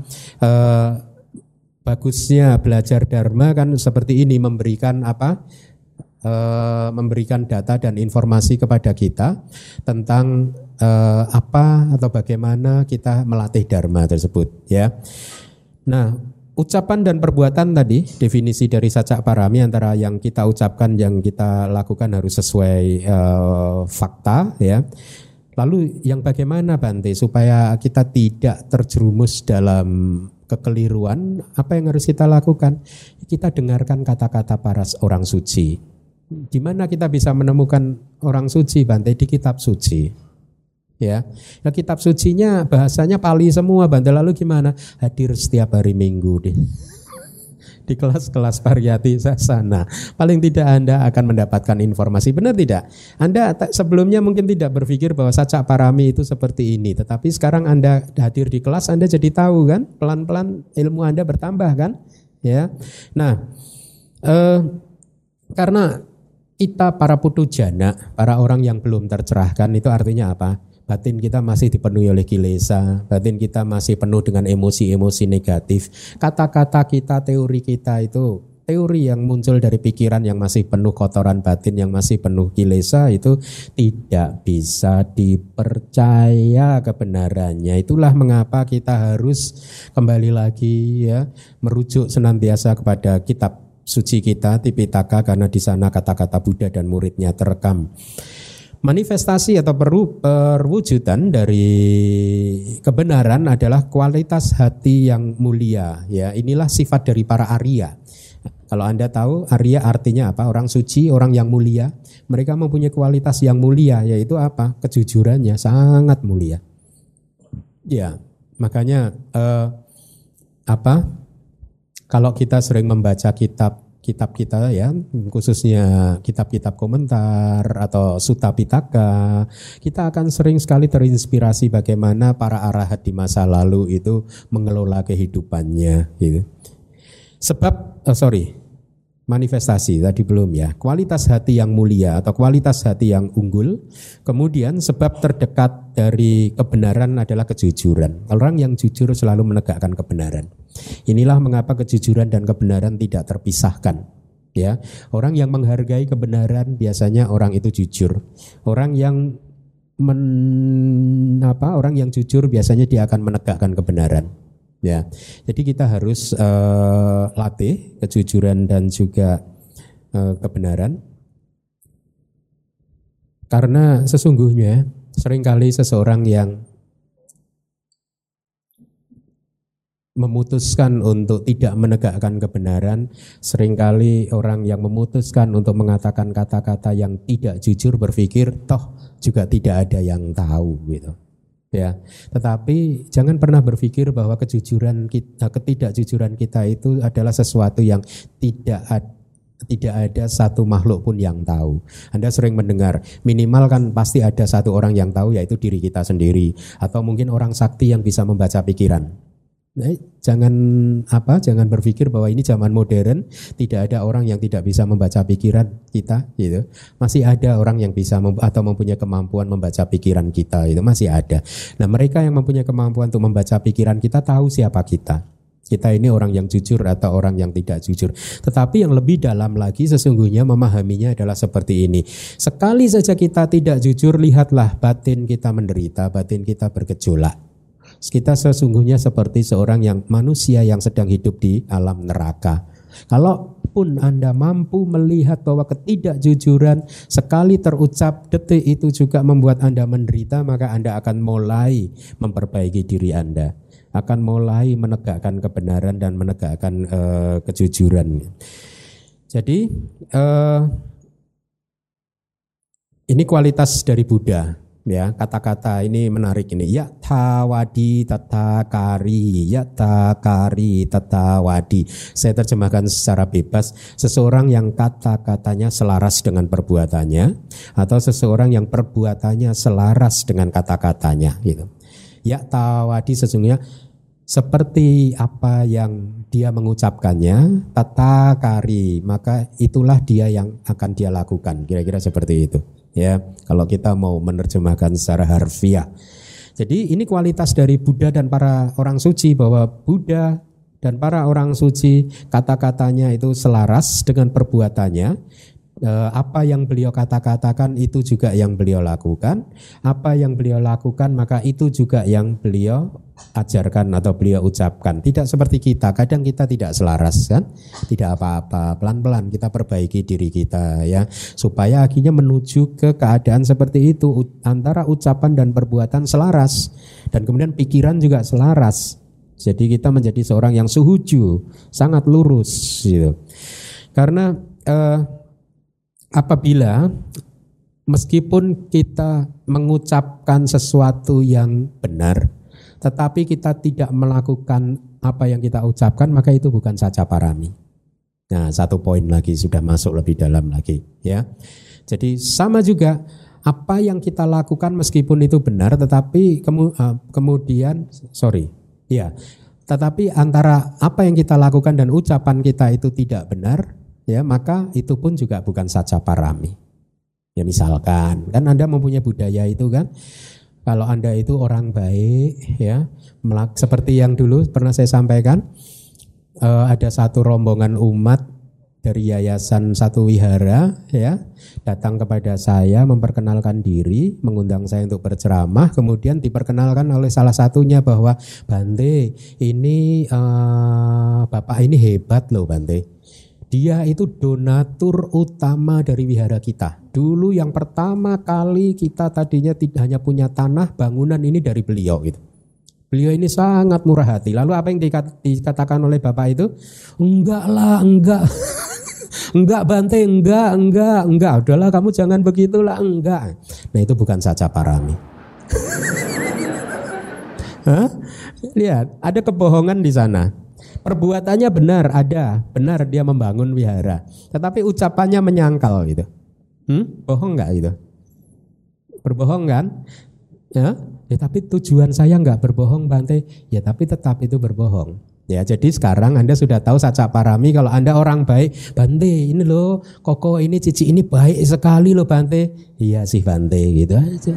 bagusnya belajar dharma kan seperti ini, memberikan apa? Memberikan data dan informasi kepada kita tentang apa atau bagaimana kita melatih dharma tersebut, ya. Nah, ucapan dan perbuatan tadi, definisi dari saca parami antara yang kita ucapkan, yang kita lakukan harus sesuai fakta, ya. Lalu yang bagaimana Bante supaya kita tidak terjerumus dalam kekeliruan? Apa yang harus kita lakukan? Kita dengarkan kata-kata para orang suci. Di mana kita bisa menemukan orang suci Bante? Di kitab suci. Ya, kitab sucinya bahasanya Pali semua Bante. Lalu gimana? Hadir setiap hari Minggu di kelas-kelas Pariyati Sasana. Paling tidak Anda akan mendapatkan informasi. Benar tidak? Anda sebelumnya mungkin tidak berpikir bahwa saca parami itu seperti ini. Tetapi sekarang Anda hadir di kelas, Anda jadi tahu kan? Pelan-pelan ilmu Anda bertambah kan? Ya. Nah, karena kita para putujana, para orang yang belum tercerahkan, itu artinya apa? Batin kita masih dipenuhi oleh kilesa, batin kita masih penuh dengan emosi-emosi negatif. Kata-kata kita, teori kita itu teori yang muncul dari pikiran yang masih penuh kotoran batin, yang masih penuh kilesa, itu tidak bisa dipercaya kebenarannya. Itulah mengapa kita harus kembali lagi ya, merujuk senantiasa kepada kitab suci kita, Tipitaka, karena di sana kata-kata Buddha dan muridnya terekam. Manifestasi atau perwujudan dari kebenaran adalah kualitas hati yang mulia. Ya, inilah sifat dari para Arya. Kalau Anda tahu Arya artinya apa? Orang suci, orang yang mulia. Mereka mempunyai kualitas yang mulia, yaitu apa? Kejujurannya sangat mulia. Ya, makanya kalau kita sering membaca kitab kita ya, khususnya kitab-kitab komentar atau Sutta Pitaka, kita akan sering sekali terinspirasi bagaimana para arahat di masa lalu itu mengelola kehidupannya gitu. Manifestasi tadi belum ya. Kualitas hati yang mulia atau kualitas hati yang unggul. Kemudian sebab terdekat dari kebenaran adalah kejujuran. Orang yang jujur selalu menegakkan kebenaran. Inilah mengapa kejujuran dan kebenaran tidak terpisahkan. Ya, orang yang menghargai kebenaran biasanya orang itu jujur. Orang yang orang yang jujur biasanya dia akan menegakkan kebenaran. Ya, jadi kita harus latih kejujuran dan juga kebenaran. Karena sesungguhnya seringkali seseorang yang memutuskan untuk tidak menegakkan kebenaran, seringkali orang yang memutuskan untuk mengatakan kata-kata yang tidak jujur berpikir toh juga tidak ada yang tahu gitu. Ya, tetapi jangan pernah berpikir bahwa kejujuran kita, ketidakjujuran kita itu adalah sesuatu yang tidak ada satu makhluk pun yang tahu. Anda sering mendengar minimal kan pasti ada satu orang yang tahu, yaitu diri kita sendiri, atau mungkin orang sakti yang bisa membaca pikiran. Nah, jangan berpikir bahwa ini zaman modern tidak ada orang yang tidak bisa membaca pikiran kita gitu. Masih ada orang yang bisa atau mempunyai kemampuan membaca pikiran kita, itu masih ada. Nah, mereka yang mempunyai kemampuan untuk membaca pikiran kita tahu siapa kita. Kita ini orang yang jujur atau orang yang tidak jujur. Tetapi yang lebih dalam lagi sesungguhnya memahaminya adalah seperti ini. Sekali saja kita tidak jujur, lihatlah batin kita menderita, batin kita bergejolak. Kita sesungguhnya seperti seorang yang manusia yang sedang hidup di alam neraka. Kalaupun Anda mampu melihat bahwa ketidakjujuran sekali terucap detik itu juga membuat Anda menderita, maka Anda akan mulai memperbaiki diri Anda. Akan mulai menegakkan kebenaran dan menegakkan kejujuran. Jadi ini kualitas dari Buddha, ya. Kata-kata ini menarik ini. Yatta wadi tata kari, yatta kari tata wadi. Saya terjemahkan secara bebas. Seseorang yang kata-katanya selaras dengan perbuatannya, atau seseorang yang perbuatannya selaras dengan kata-katanya, gitu. Yatta wadi sesungguhnya seperti apa yang dia mengucapkannya, tata kari, maka itulah dia yang akan dia lakukan. Kira-kira seperti itu, ya. Kalau kita mau menerjemahkan secara harfiah. Jadi ini kualitas dari Buddha dan para orang suci, bahwa Buddha dan para orang suci kata-katanya itu selaras dengan perbuatannya. Apa yang beliau katakan itu juga yang beliau lakukan. Apa yang beliau lakukan maka itu juga yang beliau ajarkan atau beliau ucapkan. Tidak seperti kita, kadang kita tidak selaras kan. Tidak apa-apa, pelan-pelan kita perbaiki diri kita, ya, supaya akhirnya menuju ke keadaan seperti itu, antara ucapan dan perbuatan selaras, dan kemudian pikiran juga selaras. Jadi kita menjadi seorang yang suhuju, sangat lurus gitu. Karena apabila meskipun kita mengucapkan sesuatu yang benar, tetapi kita tidak melakukan apa yang kita ucapkan, maka itu bukan saca parami. Nah, satu poin lagi sudah masuk lebih dalam lagi, ya. Jadi sama juga apa yang kita lakukan meskipun itu benar, tetapi tetapi antara apa yang kita lakukan dan ucapan kita itu tidak benar, ya, maka itu pun juga bukan saca parami. Ya, misalkan kan Anda mempunyai budaya itu kan, kalau Anda itu orang baik, ya, seperti yang dulu pernah saya sampaikan, ada satu rombongan umat dari yayasan satu wihara, ya, datang kepada saya memperkenalkan diri, mengundang saya untuk berceramah, kemudian diperkenalkan oleh salah satunya bahwa Bante ini Bapak ini hebat loh Bante. Dia itu donatur utama dari wihara kita. Dulu yang pertama kali kita tadinya tidak hanya punya tanah, bangunan ini dari beliau gitu. Beliau ini sangat murah hati. Lalu apa yang dikatakan oleh Bapak itu? Enggak lah, enggak. Enggak Bante, enggak. Udahlah kamu jangan begitulah, enggak. Nah, itu bukan saca parami. Hah? Lihat, ada kebohongan di sana. Perbuatannya benar, benar dia membangun wihara, tetapi ucapannya menyangkal gitu. Bohong nggak gitu? Berbohong kan? Ya, tapi tujuan saya nggak berbohong Bante. Ya, tapi tetap itu berbohong. Ya, jadi sekarang Anda sudah tahu saca parami. Kalau Anda orang baik, Bante ini loh, Koko ini, Cici ini baik sekali loh Bante. Iya sih Bante, gitu aja.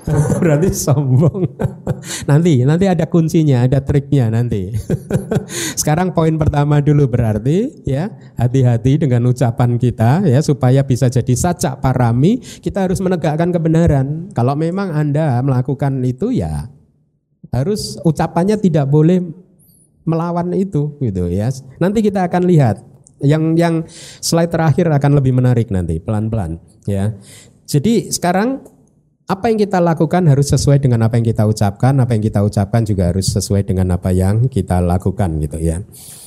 Berarti sombong. Nanti ada kuncinya, ada triknya nanti. Sekarang poin pertama dulu berarti ya, hati-hati dengan ucapan kita ya, supaya bisa jadi saca parami, kita harus menegakkan kebenaran. Kalau memang Anda melakukan itu ya harus ucapannya tidak boleh melawan itu gitu ya. Nanti kita akan lihat yang slide terakhir akan lebih menarik nanti pelan-pelan ya. Jadi sekarang apa yang kita lakukan harus sesuai dengan apa yang kita ucapkan, apa yang kita ucapkan juga harus sesuai dengan apa yang kita lakukan gitu ya.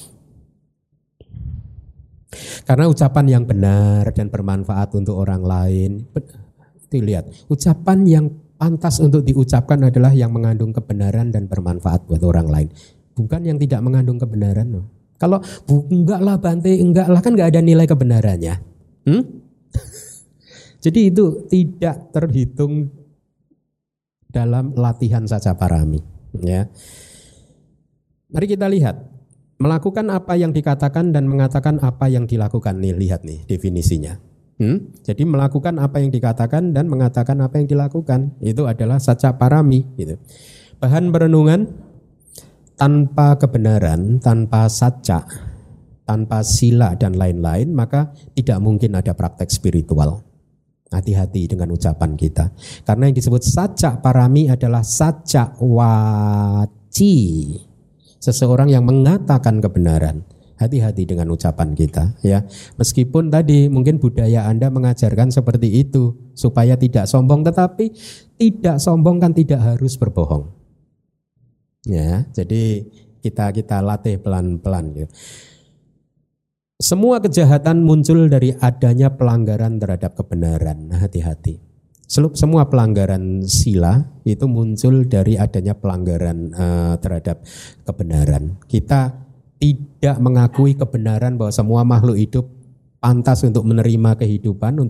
Karena ucapan yang benar dan bermanfaat untuk orang lain, dilihat, ucapan yang pantas untuk diucapkan adalah yang mengandung kebenaran dan bermanfaat buat orang lain, bukan yang tidak mengandung kebenaran. No. Kalau enggak lah Bante, enggak lah, kan enggak ada nilai kebenarannya. Jadi itu tidak terhitung dalam latihan saca parami. Ya. Mari kita lihat. Melakukan apa yang dikatakan dan mengatakan apa yang dilakukan. Nih, lihat nih definisinya. Jadi melakukan apa yang dikatakan dan mengatakan apa yang dilakukan. Itu adalah saca parami. Gitu. Bahan perenungan, tanpa kebenaran, tanpa saca, tanpa sila dan lain-lain, maka tidak mungkin ada praktek spiritual. Hati-hati dengan ucapan kita. Karena yang disebut saca parami adalah saca waci. Seseorang yang mengatakan kebenaran. Hati-hati dengan ucapan kita ya. Meskipun tadi mungkin budaya Anda mengajarkan seperti itu supaya tidak sombong, tetapi tidak sombong kan tidak harus berbohong. Ya, jadi kita latih pelan-pelan gitu. Semua kejahatan muncul dari adanya pelanggaran terhadap kebenaran. Hati-hati. Semua pelanggaran sila itu muncul dari adanya pelanggaran terhadap kebenaran. Kita tidak mengakui kebenaran bahwa semua makhluk hidup pantas untuk menerima kehidupan,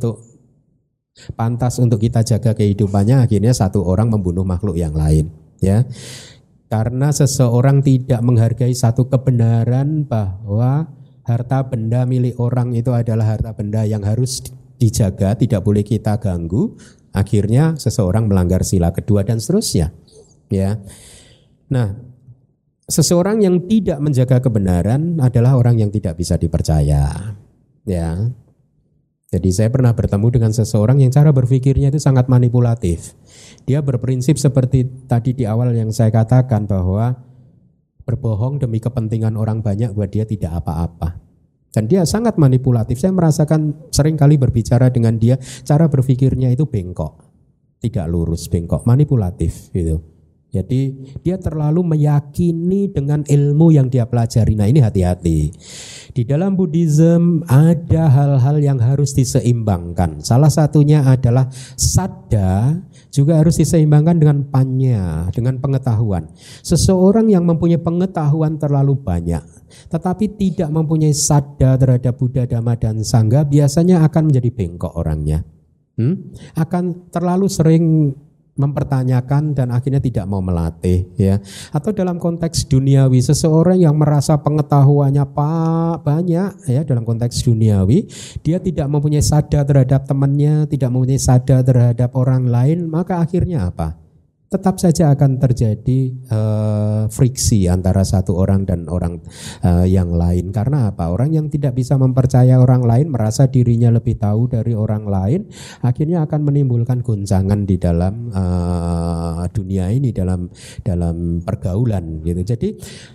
pantas untuk kita jaga kehidupannya. Akhirnya satu orang membunuh makhluk yang lain. Ya, karena seseorang tidak menghargai satu kebenaran bahwa harta benda milik orang itu adalah harta benda yang harus dijaga, tidak boleh kita ganggu. Akhirnya seseorang melanggar sila kedua dan seterusnya. Ya. Nah, seseorang yang tidak menjaga kebenaran adalah orang yang tidak bisa dipercaya. Ya. Jadi saya pernah bertemu dengan seseorang yang cara berpikirnya itu sangat manipulatif. Dia berprinsip seperti tadi di awal yang saya katakan bahwa berbohong demi kepentingan orang banyak buat dia tidak apa-apa. Dan dia sangat manipulatif. Saya merasakan sering kali berbicara dengan dia, cara berpikirnya itu bengkok. Tidak lurus, bengkok, manipulatif gitu. Jadi dia terlalu meyakini dengan ilmu yang dia pelajari. Nah ini hati-hati. Di dalam Buddhism ada hal-hal yang harus diseimbangkan. Salah satunya adalah saddha juga harus diseimbangkan dengan panya, dengan pengetahuan. Seseorang yang mempunyai pengetahuan terlalu banyak, tetapi tidak mempunyai saddha terhadap Buddha, Dhamma, dan Sangha, biasanya akan menjadi bengkok orangnya. Akan terlalu sering mempertanyakan dan akhirnya tidak mau melatih ya. Atau dalam konteks duniawi, seseorang yang merasa pengetahuannya banyak ya, dalam konteks duniawi dia tidak mempunyai saddha terhadap temannya, tidak mempunyai saddha terhadap orang lain, maka akhirnya apa? Tetap saja akan terjadi friksi antara satu orang dan orang yang lain. Karena apa? Orang yang tidak bisa mempercaya orang lain, merasa dirinya lebih tahu dari orang lain, akhirnya akan menimbulkan goncangan di dalam dunia ini, dalam pergaulan gitu. Jadi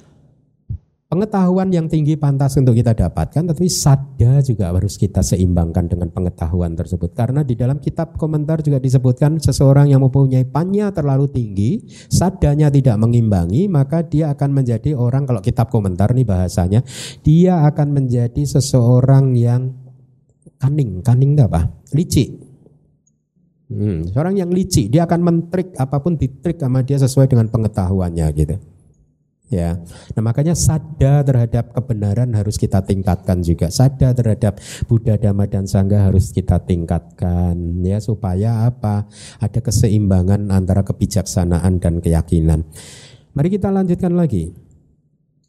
pengetahuan yang tinggi pantas untuk kita dapatkan, tapi saddha juga harus kita seimbangkan dengan pengetahuan tersebut. Karena di dalam kitab komentar juga disebutkan seseorang yang mempunyai panya terlalu tinggi, saddhanya tidak mengimbangi, maka dia akan menjadi orang, kalau kitab komentar nih bahasanya, dia akan menjadi seseorang yang cunning itu apa? Licik. Seorang yang licik, dia akan mentrik apapun, ditrik sama dia sesuai dengan pengetahuannya gitu. Ya, nah makanya saddha terhadap kebenaran harus kita tingkatkan juga. Saddha terhadap Buddha, Dhamma, dan Sangha harus kita tingkatkan ya, supaya apa? Ada keseimbangan antara kebijaksanaan dan keyakinan. Mari kita lanjutkan lagi.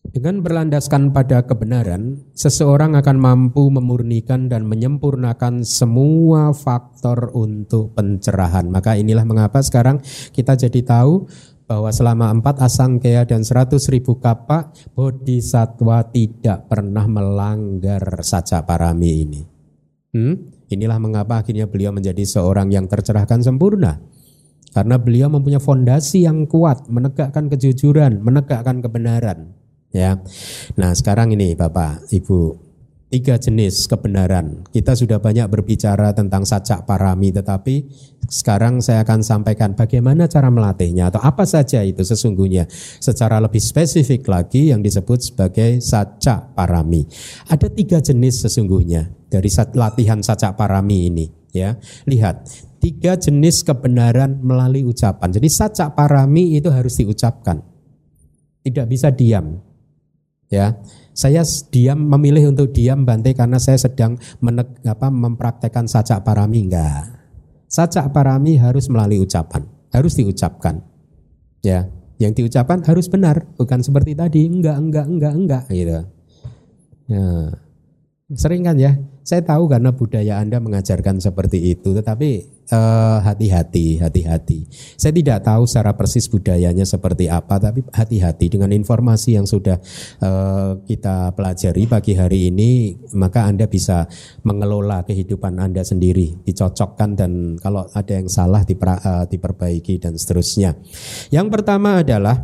Dengan berlandaskan pada kebenaran, seseorang akan mampu memurnikan dan menyempurnakan semua faktor untuk pencerahan. Maka inilah mengapa sekarang kita jadi tahu bahwa selama 4 asangkaya dan 100.000 kapa, bodhisattva tidak pernah melanggar saca parami ini. Inilah mengapa akhirnya beliau menjadi seorang yang tercerahkan sempurna. Karena beliau mempunyai fondasi yang kuat, menegakkan kejujuran, menegakkan kebenaran. Ya, nah sekarang ini Bapak, Ibu, 3 jenis kebenaran. Kita sudah banyak berbicara tentang saca parami, tetapi sekarang saya akan sampaikan bagaimana cara melatihnya atau apa saja itu sesungguhnya secara lebih spesifik lagi yang disebut sebagai saca parami. Ada 3 jenis sesungguhnya dari latihan saca parami ini. Ya, lihat 3 jenis kebenaran melalui ucapan. Jadi saca parami itu harus diucapkan, tidak bisa diam. Ya, saya memilih untuk diam Bante karena saya sedang mempraktekkan saca parami, enggak. Saca parami harus melalui ucapan, harus diucapkan. Ya, yang diucapkan harus benar, bukan seperti tadi enggak gitu. Ya. Sering kan ya, saya tahu karena budaya Anda mengajarkan seperti itu, tetapi hati-hati. Saya tidak tahu secara persis budayanya seperti apa, tapi hati-hati dengan informasi yang sudah kita pelajari pagi hari ini, maka Anda bisa mengelola kehidupan Anda sendiri, dicocokkan dan kalau ada yang salah diperbaiki dan seterusnya. Yang pertama adalah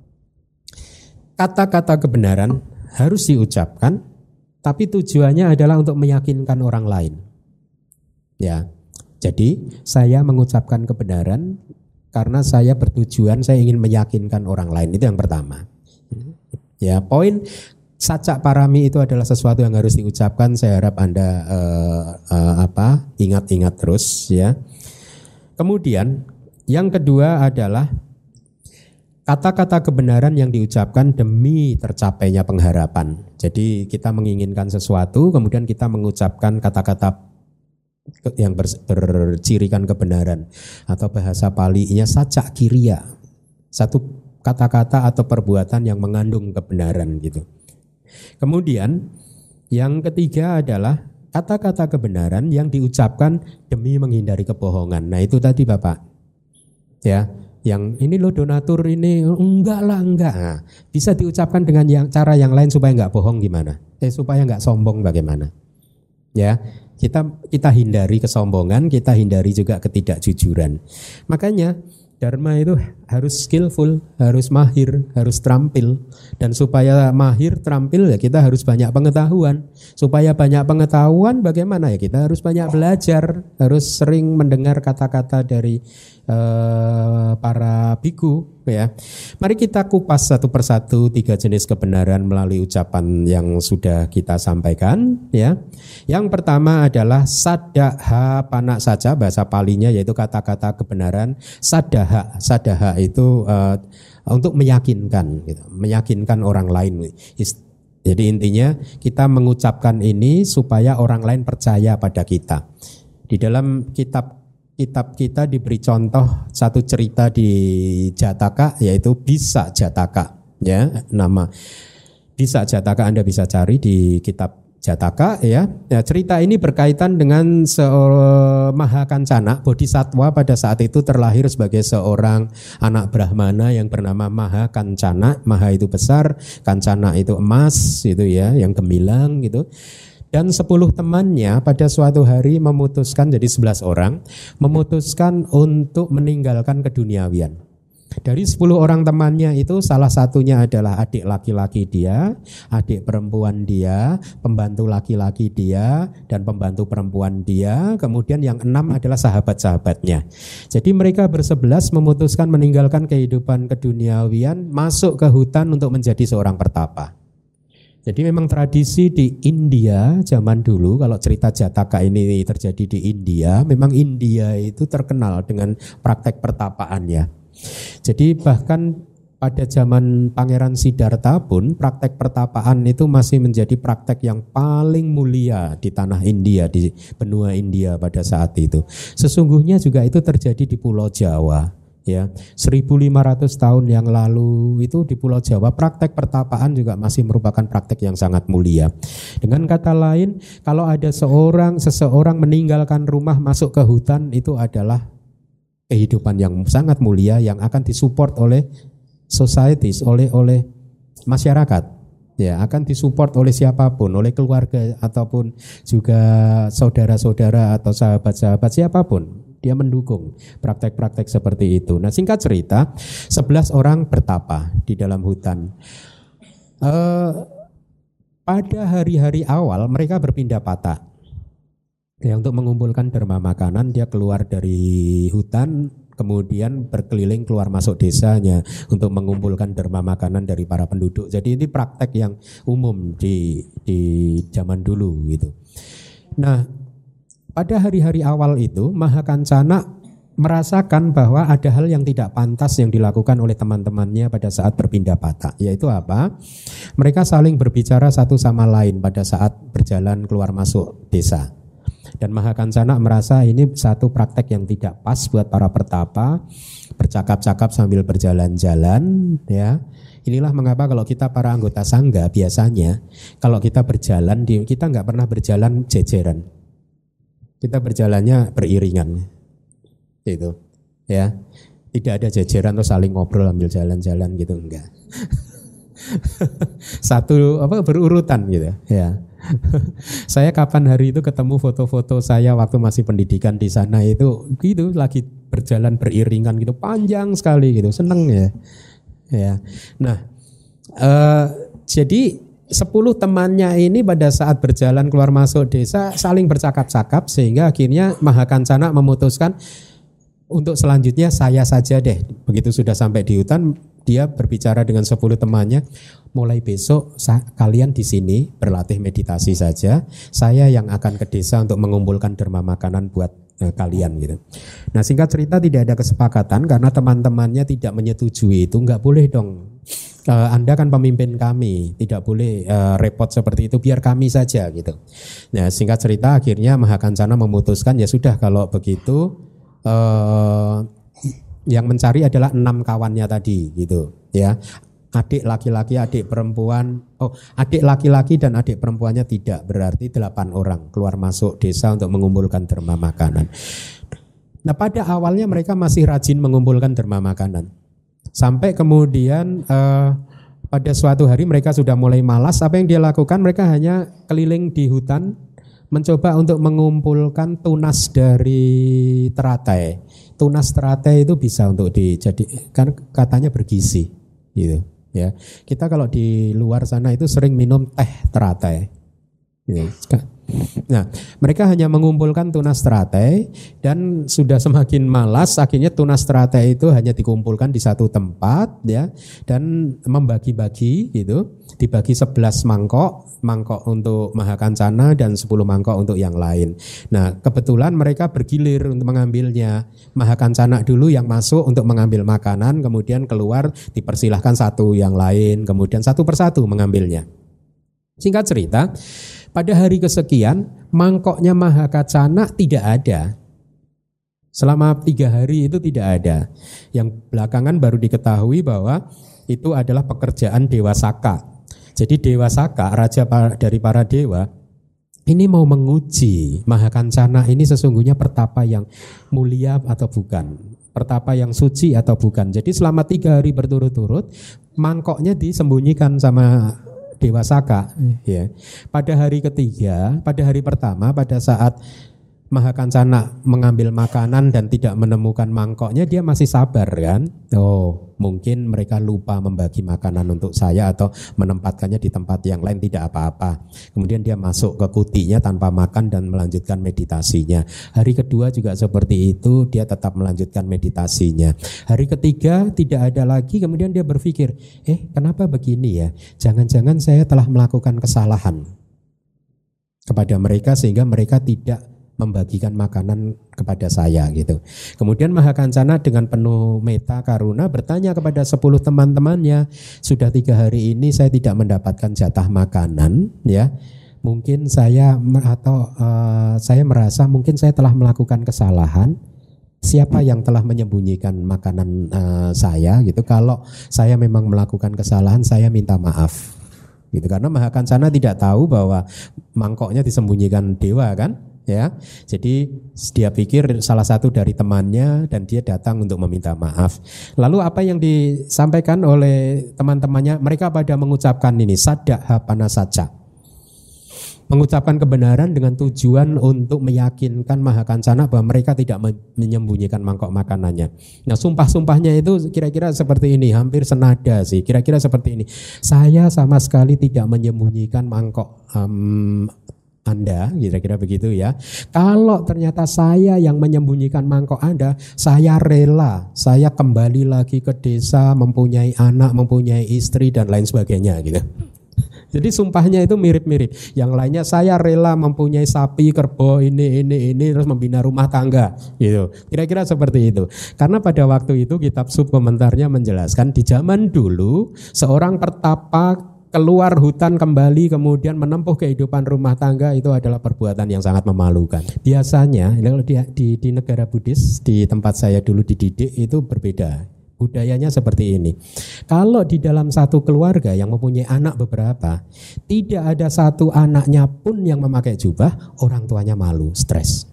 kata-kata kebenaran harus diucapkan, tapi tujuannya adalah untuk meyakinkan orang lain. Ya, jadi saya mengucapkan kebenaran karena saya bertujuan saya ingin meyakinkan orang lain. Itu yang pertama. Ya, poin saca parami itu adalah sesuatu yang harus diucapkan. Saya harap Anda ingat-ingat terus ya. Kemudian yang kedua adalah kata-kata kebenaran yang diucapkan demi tercapainya pengharapan. Jadi kita menginginkan sesuatu, kemudian kita mengucapkan kata-kata yang bercirikan kebenaran. Atau bahasa Palinya saca kiriya. Satu kata-kata atau perbuatan yang mengandung kebenaran gitu. Kemudian yang ketiga adalah kata-kata kebenaran yang diucapkan demi menghindari kebohongan. Nah itu tadi Bapak. Ya. Yang ini loh donatur ini enggak. Nah, bisa diucapkan dengan cara yang lain supaya enggak bohong gimana? Supaya enggak sombong bagaimana? Ya, kita hindari kesombongan, kita hindari juga ketidakjujuran. Makanya Dharma itu harus skillful, harus mahir, harus terampil. Dan supaya mahir, terampil ya kita harus banyak pengetahuan. Supaya banyak pengetahuan bagaimana ya kita harus banyak belajar, harus sering mendengar kata-kata dari para biku ya. Mari kita kupas satu persatu 3 jenis kebenaran melalui ucapan yang sudah kita sampaikan ya. Yang pertama adalah sadaha panak saja, bahasa Palinya yaitu kata-kata kebenaran. Sadaha itu untuk meyakinkan gitu, meyakinkan orang lain. Jadi intinya kita mengucapkan ini supaya orang lain percaya pada kita. Di dalam kitab kita diberi contoh satu cerita di Jataka yaitu Bisa Jataka ya, nama Bisa Jataka Anda bisa cari di kitab Jataka ya. Cerita ini berkaitan dengan seorang Mahakancana Bodhisattva pada saat itu terlahir sebagai seorang anak Brahmana yang bernama Mahakancana. Maha itu besar, Kancana itu emas itu ya, yang gemilang gitu. Dan 10 temannya pada suatu hari memutuskan, jadi 11 orang, memutuskan untuk meninggalkan keduniawian. Dari 10 orang temannya itu salah satunya adalah adik laki-laki dia, adik perempuan dia, pembantu laki-laki dia, dan pembantu perempuan dia. Kemudian yang 6 adalah sahabat-sahabatnya. Jadi mereka bersebelas memutuskan meninggalkan kehidupan keduniawian, masuk ke hutan untuk menjadi seorang pertapa. Jadi memang tradisi di India zaman dulu, kalau cerita Jataka ini terjadi di India, memang India itu terkenal dengan praktek pertapaannya. Jadi bahkan pada zaman Pangeran Siddhartha pun praktek pertapaan itu masih menjadi praktek yang paling mulia di tanah India, di benua India pada saat itu. Sesungguhnya juga itu terjadi di Pulau Jawa. Ya, 1500 tahun yang lalu itu di Pulau Jawa praktek pertapaan juga masih merupakan praktek yang sangat mulia. Dengan kata lain, kalau ada seseorang meninggalkan rumah masuk ke hutan, itu adalah kehidupan yang sangat mulia yang akan disupport oleh societies, oleh masyarakat. Ya, akan disupport oleh siapapun, oleh keluarga ataupun juga saudara-saudara atau sahabat-sahabat siapapun. Dia mendukung praktek-praktek seperti itu. Nah, singkat cerita, 11 orang bertapa di dalam hutan. Pada hari-hari awal mereka berpindah patah. Ya, untuk mengumpulkan derma makanan, dia keluar dari hutan, kemudian berkeliling keluar masuk desanya untuk mengumpulkan derma makanan dari para penduduk. Jadi ini praktek yang umum di zaman dulu gitu. Nah, pada hari-hari awal itu Mahakancana merasakan bahwa ada hal yang tidak pantas yang dilakukan oleh teman-temannya pada saat berpindah patah. Yaitu apa? Mereka saling berbicara satu sama lain pada saat berjalan keluar masuk desa. Dan Mahakancana merasa ini satu praktek yang tidak pas buat para pertapa, bercakap-cakap sambil berjalan-jalan, ya. Inilah mengapa kalau kita para anggota sangga biasanya kalau kita berjalan, kita nggak pernah berjalan jejeran. Kita berjalannya beriringan, gitu, ya. Tidak ada jejeran terus saling ngobrol sambil jalan-jalan gitu, enggak. Satu berurutan gitu, ya. Saya kapan hari itu ketemu foto-foto saya waktu masih pendidikan di sana itu gitu lagi berjalan beriringan gitu, panjang sekali gitu, seneng ya. Ya. Nah, jadi 10 temannya ini pada saat berjalan keluar masuk desa saling bercakap-cakap sehingga akhirnya Mahakancana memutuskan untuk selanjutnya saya saja deh. Begitu sudah sampai di hutan, dia berbicara dengan 10 temannya, mulai besok kalian di sini berlatih meditasi saja. Saya yang akan ke desa untuk mengumpulkan derma makanan buat kalian gitu. Nah, singkat cerita tidak ada kesepakatan karena teman-temannya tidak menyetujui itu. Enggak boleh dong. Anda kan pemimpin kami, tidak boleh repot seperti itu, biar kami saja gitu. Nah, singkat cerita akhirnya Mahakancana memutuskan ya sudah kalau begitu yang mencari adalah 6 kawannya tadi gitu ya. Adik laki-laki, adik perempuan, adik laki-laki dan adik perempuannya tidak, berarti 8 orang keluar masuk desa untuk mengumpulkan derma makanan. Nah, pada awalnya mereka masih rajin mengumpulkan derma makanan. Sampai kemudian pada suatu hari mereka sudah mulai malas. Apa yang dia lakukan? Mereka hanya keliling di hutan mencoba untuk mengumpulkan tunas dari teratai. Tunas teratai itu bisa untuk dijadikan, katanya bergizi gitu ya. Kita kalau di luar sana itu sering minum teh teratai gitu. Nah, mereka hanya mengumpulkan tunas teratai dan sudah semakin malas, akhirnya tunas teratai itu hanya dikumpulkan di satu tempat ya, dan membagi-bagi gitu, dibagi 11 mangkok untuk Mahakancana dan 10 mangkok untuk yang lain. Nah, kebetulan mereka bergilir untuk mengambilnya. Mahakancana dulu yang masuk untuk mengambil makanan, kemudian keluar dipersilahkan satu yang lain, kemudian satu persatu mengambilnya. Singkat cerita, pada hari kesekian mangkoknya Mahakancana tidak ada. Selama 3 hari itu tidak ada. Yang belakangan baru diketahui bahwa itu adalah pekerjaan Dewa Saka. Jadi Dewa Saka, raja dari para dewa, ini mau menguji Mahakancana ini sesungguhnya pertapa yang mulia atau bukan, pertapa yang suci atau bukan. Jadi selama 3 hari berturut-turut mangkoknya disembunyikan sama Dewa Saka ya. Pada hari ketiga, pada hari pertama, pada saat Mahakancana mengambil makanan dan tidak menemukan mangkoknya, dia masih sabar kan. Oh, mungkin mereka lupa membagi makanan untuk saya atau menempatkannya di tempat yang lain, tidak apa-apa. Kemudian dia masuk ke kutinya tanpa makan dan melanjutkan meditasinya. Hari kedua juga seperti itu, dia tetap melanjutkan meditasinya. Hari ketiga tidak ada lagi, kemudian dia berpikir, kenapa begini ya? Jangan-jangan saya telah melakukan kesalahan kepada mereka sehingga mereka tidak membagikan makanan kepada saya gitu. Kemudian Mahakancana dengan penuh meta karuna bertanya kepada 10 teman-temannya, sudah 3 hari ini saya tidak mendapatkan jatah makanan ya. Mungkin saya merasa mungkin saya telah melakukan kesalahan. Siapa yang telah menyembunyikan makanan saya gitu? Kalau saya memang melakukan kesalahan, saya minta maaf. Gitu, karena Maha Kancana tidak tahu bahwa mangkoknya disembunyikan dewa kan? Ya, jadi dia pikir salah satu dari temannya dan dia datang untuk meminta maaf. Lalu apa yang disampaikan oleh teman-temannya? Mereka pada mengucapkan ini saddaha panasaca, mengucapkan kebenaran dengan tujuan untuk meyakinkan Maha Kancana bahwa mereka tidak menyembunyikan mangkok makanannya. Nah, sumpah-sumpahnya itu kira-kira seperti ini, hampir senada sih. Kira-kira seperti ini. Saya sama sekali tidak menyembunyikan mangkok Anda, kira-kira begitu ya. Kalau ternyata saya yang menyembunyikan mangkok Anda, saya rela, saya kembali lagi ke desa, mempunyai anak, mempunyai istri dan lain sebagainya gitu. Jadi sumpahnya itu mirip-mirip. Yang lainnya saya rela mempunyai sapi, kerbau, ini terus membina rumah tangga gitu. Kira-kira seperti itu. Karena pada waktu itu kitab subkomentarnya menjelaskan di zaman dulu seorang pertapa keluar hutan kembali kemudian menempuh kehidupan rumah tangga itu adalah perbuatan yang sangat memalukan. Biasanya kalau di negara Buddhis di tempat saya dulu dididik itu berbeda. Budayanya seperti ini. Kalau di dalam satu keluarga yang mempunyai anak beberapa, tidak ada satu anaknya pun yang memakai jubah, orang tuanya malu, stres.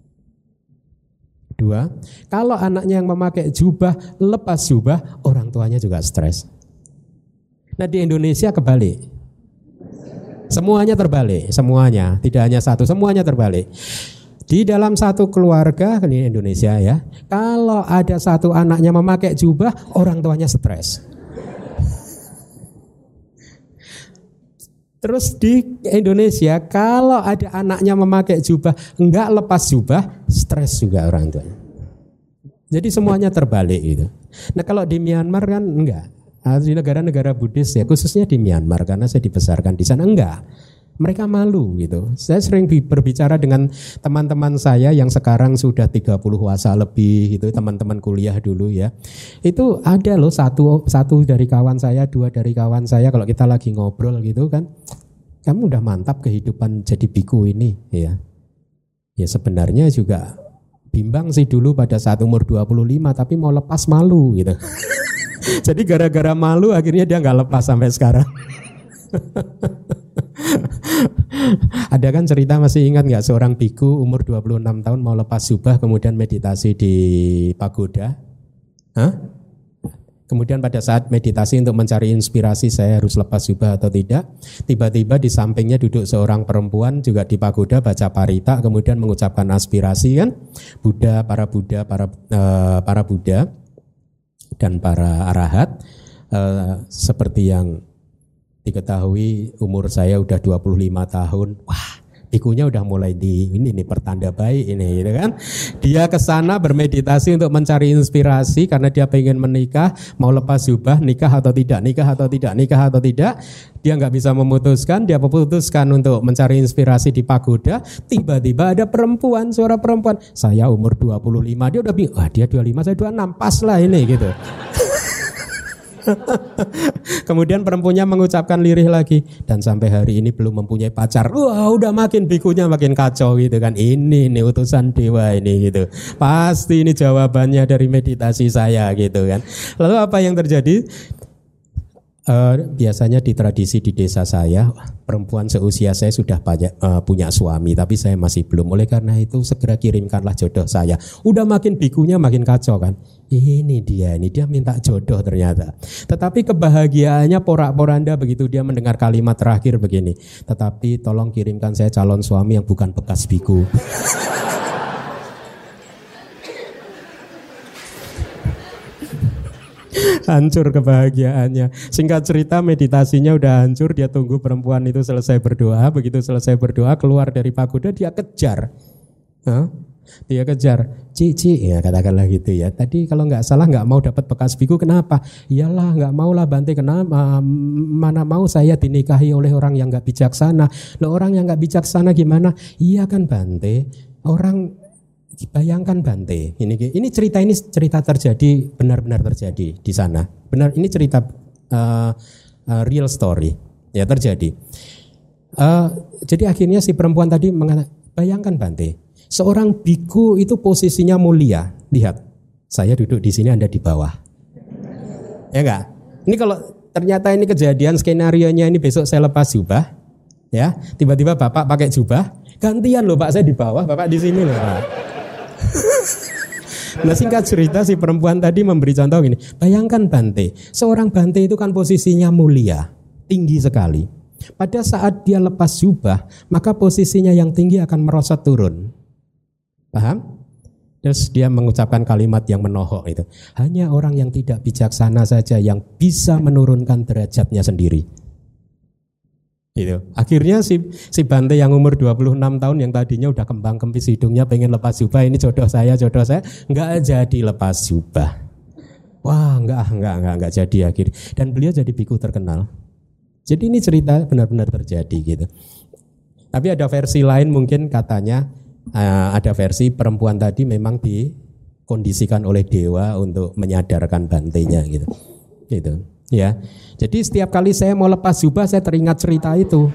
Dua, kalau anaknya yang memakai jubah, lepas jubah, orang tuanya juga stres. Nah, di Indonesia kebalik. Semuanya terbalik, semuanya, tidak hanya satu, semuanya terbalik. Di dalam satu keluarga, ini Indonesia ya, kalau ada satu anaknya memakai jubah, orang tuanya stres. Terus di Indonesia, kalau ada anaknya memakai jubah, enggak lepas jubah, stres juga orang tuanya. Jadi semuanya terbalik gitu. Nah, kalau di Myanmar kan enggak. Di negara-negara Buddhis ya, khususnya di Myanmar karena saya dibesarkan di sana, enggak. Mereka malu gitu. Saya sering berbicara dengan teman-teman saya yang sekarang sudah 30 wasa lebih gitu, teman-teman kuliah dulu ya. Itu ada loh satu dari kawan saya, dua dari kawan saya kalau kita lagi ngobrol gitu kan. Kamu udah mantap kehidupan jadi biku ini ya. Ya sebenarnya juga bimbang sih dulu pada saat umur 25 tapi mau lepas malu gitu. Jadi gara-gara malu akhirnya dia nggak lepas sampai sekarang. Ada kan cerita, masih ingat nggak, seorang biku umur 26 tahun mau lepas jubah kemudian meditasi di pagoda. Kemudian pada saat meditasi untuk mencari inspirasi saya harus lepas jubah atau tidak, tiba-tiba di sampingnya duduk seorang perempuan juga di pagoda baca parita kemudian mengucapkan aspirasi kan, para Buddha dan para arahat, seperti yang diketahui umur saya udah 25 tahun. Wah, bikunya udah mulai ini pertanda baik ini gitu kan. Dia ke sana bermeditasi untuk mencari inspirasi karena dia pengen menikah, mau lepas jubah, nikah atau tidak. Dia nggak bisa memutuskan, dia memutuskan untuk mencari inspirasi di pagoda. Tiba-tiba ada perempuan, suara perempuan. Saya umur 25, dia udah bingung. Wah, dia 25, saya 26, pas lah ini gitu. Kemudian perempuannya mengucapkan lirih lagi, dan sampai hari ini belum mempunyai pacar. Wah, udah makin bikunya makin kacau gitu kan. Ini utusan dewa ini gitu. Pasti ini jawabannya dari meditasi saya gitu kan. Lalu apa yang terjadi? Biasanya di tradisi di desa saya, perempuan seusia saya sudah punya suami, tapi saya masih belum. Oleh karena itu segera kirimkanlah jodoh saya. Udah makin bikunya makin kacau kan. Ini dia minta jodoh ternyata. Tetapi kebahagiaannya porak-poranda begitu dia mendengar kalimat terakhir begini. Tetapi tolong kirimkan saya calon suami yang bukan bekas biku. Hancur kebahagiaannya. Singkat cerita meditasinya udah hancur. Dia tunggu perempuan itu selesai berdoa. Begitu selesai berdoa keluar dari pagoda dia kejar. Dia kejar, Cici ya katakanlah gitu ya. Tadi kalau nggak salah nggak mau dapat bekas biku, kenapa? Iyalah nggak mau lah Bante, kenapa? Mana mau saya dinikahi oleh orang yang nggak bijaksana. Loh, orang yang nggak bijaksana gimana? Iya kan Bante, orang bayangkan Bante. Ini cerita terjadi, benar-benar terjadi di sana. Benar, ini cerita real story ya terjadi. Jadi akhirnya si perempuan tadi mengatakan, bayangkan Bante. Seorang biku itu posisinya mulia, lihat, saya duduk di sini, Anda di bawah. Ya enggak? Ini kalau ternyata ini kejadian skenarionya ini besok saya lepas jubah, ya, tiba-tiba Bapak pakai jubah, gantian loh Pak, saya di bawah, Bapak di sini loh Pak. Nah, singkat cerita si perempuan tadi memberi contoh gini, bayangkan Bante, seorang Bante itu kan posisinya mulia, tinggi sekali. Pada saat dia lepas jubah, maka posisinya yang tinggi akan merosot turun. Paham? Terus dia mengucapkan kalimat yang menohok itu. Hanya orang yang tidak bijaksana saja yang bisa menurunkan derajatnya sendiri. Gitu. Akhirnya si Bante yang umur 26 tahun yang tadinya udah kembang kempis hidungnya pengen lepas jubah, ini jodoh saya, enggak jadi lepas jubah. Wah, enggak jadi akhirnya. Dan beliau jadi biku terkenal. Jadi ini cerita benar-benar terjadi gitu. Tapi ada versi lain mungkin katanya ada versi perempuan tadi memang dikondisikan oleh dewa untuk menyadarkan Bantenya gitu. Gitu. Ya, jadi setiap kali saya mau lepas jubah saya teringat cerita itu.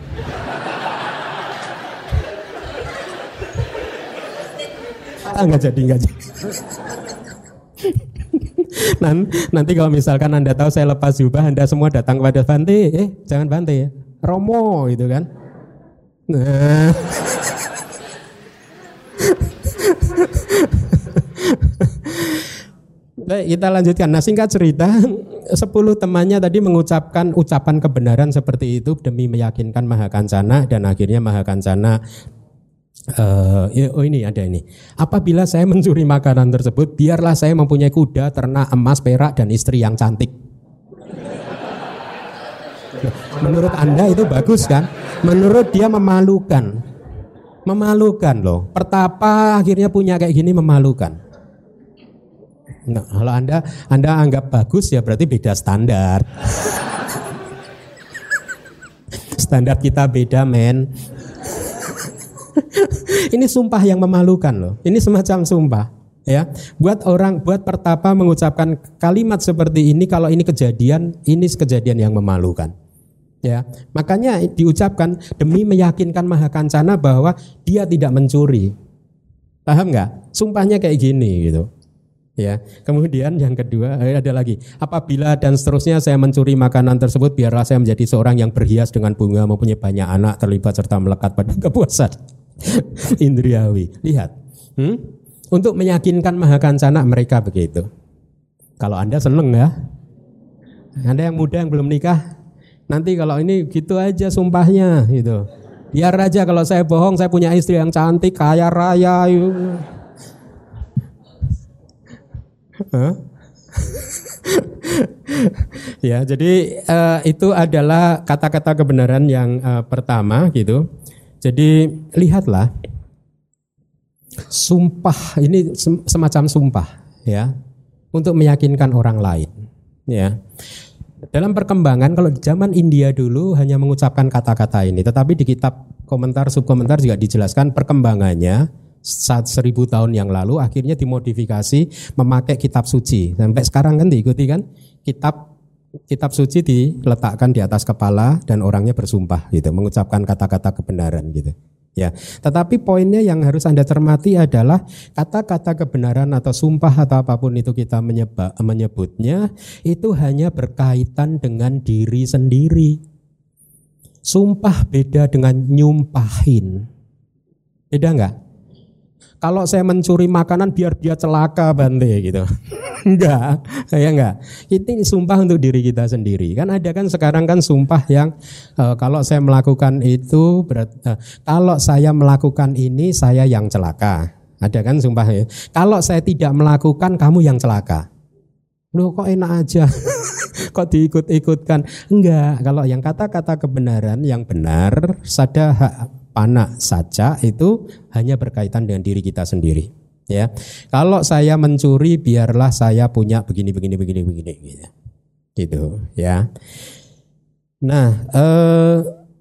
Enggak jadi. Nanti kalau misalkan Anda tahu saya lepas jubah, Anda semua datang kepada Bante, jangan Bante ya, Romo gitu kan. Nah. Baik, kita lanjutkan. Nah, singkat cerita, 10 temannya tadi mengucapkan ucapan kebenaran seperti itu demi meyakinkan Mahakancana, dan akhirnya Mahakancana ini ada ini. Apabila saya mencuri makanan tersebut, biarlah saya mempunyai kuda, ternak, emas, perak, dan istri yang cantik. Menurut Anda itu bagus kan? Menurut dia memalukan. Memalukan loh. Pertapa akhirnya punya kayak gini, memalukan. Nah, kalau Anda anggap bagus ya berarti beda standar. Standar kita beda, men. Ini sumpah yang memalukan loh. Ini semacam sumpah, ya. Buat pertapa mengucapkan kalimat seperti ini, kalau ini kejadian yang memalukan. Ya, makanya diucapkan demi meyakinkan Mahakancana bahwa dia tidak mencuri. Paham nggak? Sumpahnya kayak gini gitu. Ya, kemudian yang kedua ada lagi. Apabila dan seterusnya saya mencuri makanan tersebut, biarlah saya menjadi seorang yang berhias dengan bunga, mempunyai banyak anak, terlibat serta melekat pada kepuasan indriawi. Lihat, untuk meyakinkan Mahakancana mereka begitu. Kalau Anda seneng ya, Anda yang muda yang belum nikah, nanti kalau ini gitu aja sumpahnya gitu. Biar aja kalau saya bohong, saya punya istri yang cantik, kaya raya. Ya, jadi itu adalah kata-kata kebenaran yang pertama gitu. Jadi lihatlah, sumpah ini semacam sumpah ya, untuk meyakinkan orang lain ya. Dalam perkembangan, kalau di zaman India dulu hanya mengucapkan kata-kata ini, tetapi di kitab komentar subkomentar juga dijelaskan perkembangannya. Saat 1000 tahun yang lalu akhirnya dimodifikasi memakai kitab suci. Sampai sekarang kan diikuti kan, kitab suci diletakkan di atas kepala dan orangnya bersumpah gitu, mengucapkan kata-kata kebenaran gitu. Ya, tetapi poinnya yang harus Anda cermati adalah kata-kata kebenaran atau sumpah atau apapun itu kita menyebutnya itu hanya berkaitan dengan diri sendiri. Sumpah beda dengan nyumpahin. Beda enggak? Kalau saya mencuri makanan biar dia celaka Bante gitu. Enggak, ya enggak. Ini sumpah untuk diri kita sendiri. Kan ada kan sekarang kan sumpah yang kalau saya melakukan itu kalau saya melakukan ini saya yang celaka. Ada kan sumpahnya. Kalau saya tidak melakukan kamu yang celaka. Loh kok enak aja. Kok diikut-ikutkan? Enggak, kalau yang kata-kata kebenaran yang benar sada panak saja itu hanya berkaitan dengan diri kita sendiri. Ya, kalau saya mencuri biarlah saya punya begini gitu ya. Nah,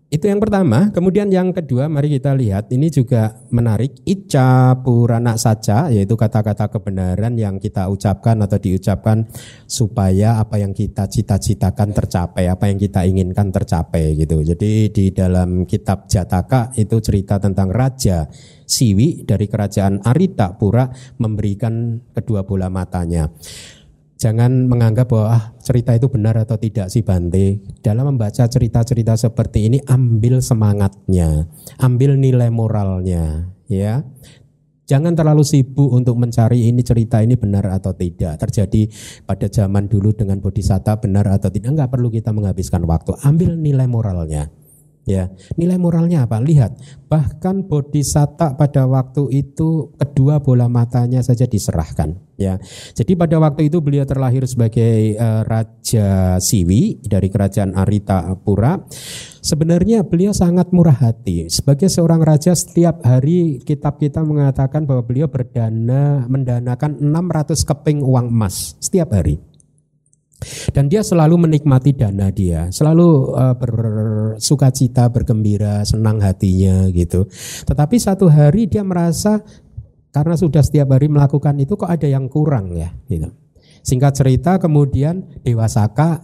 Itu yang pertama. Kemudian yang kedua, mari kita lihat, ini juga menarik. Icca purana saca, yaitu kata-kata kebenaran yang kita ucapkan atau diucapkan supaya apa yang kita cita-citakan tercapai, apa yang kita inginkan tercapai gitu. Jadi di dalam kitab Jataka itu cerita tentang Raja Siwi dari kerajaan Aritapura memberikan kedua bola matanya. Jangan menganggap bahwa cerita itu benar atau tidak sih Bante. Dalam membaca cerita-cerita seperti ini, ambil semangatnya, ambil nilai moralnya, ya. Jangan terlalu sibuk untuk mencari ini cerita ini benar atau tidak. Terjadi pada zaman dulu dengan Bodhisatta benar atau tidak. Enggak perlu kita menghabiskan waktu. Ambil nilai moralnya. Ya, nilai moralnya apa? Lihat, bahkan Bodhisatta pada waktu itu kedua bola matanya saja diserahkan. Ya, jadi pada waktu itu beliau terlahir sebagai Raja Siwi dari kerajaan Aritapura. Sebenarnya beliau sangat murah hati. Sebagai seorang raja, setiap hari kitab kita mengatakan bahwa beliau mendanakan 600 keping uang emas setiap hari. Dan dia selalu menikmati dana dia, selalu bersukacita, bergembira, senang hatinya gitu. Tetapi satu hari dia merasa karena sudah setiap hari melakukan itu kok ada yang kurang ya gitu. Singkat cerita kemudian Dewa Saka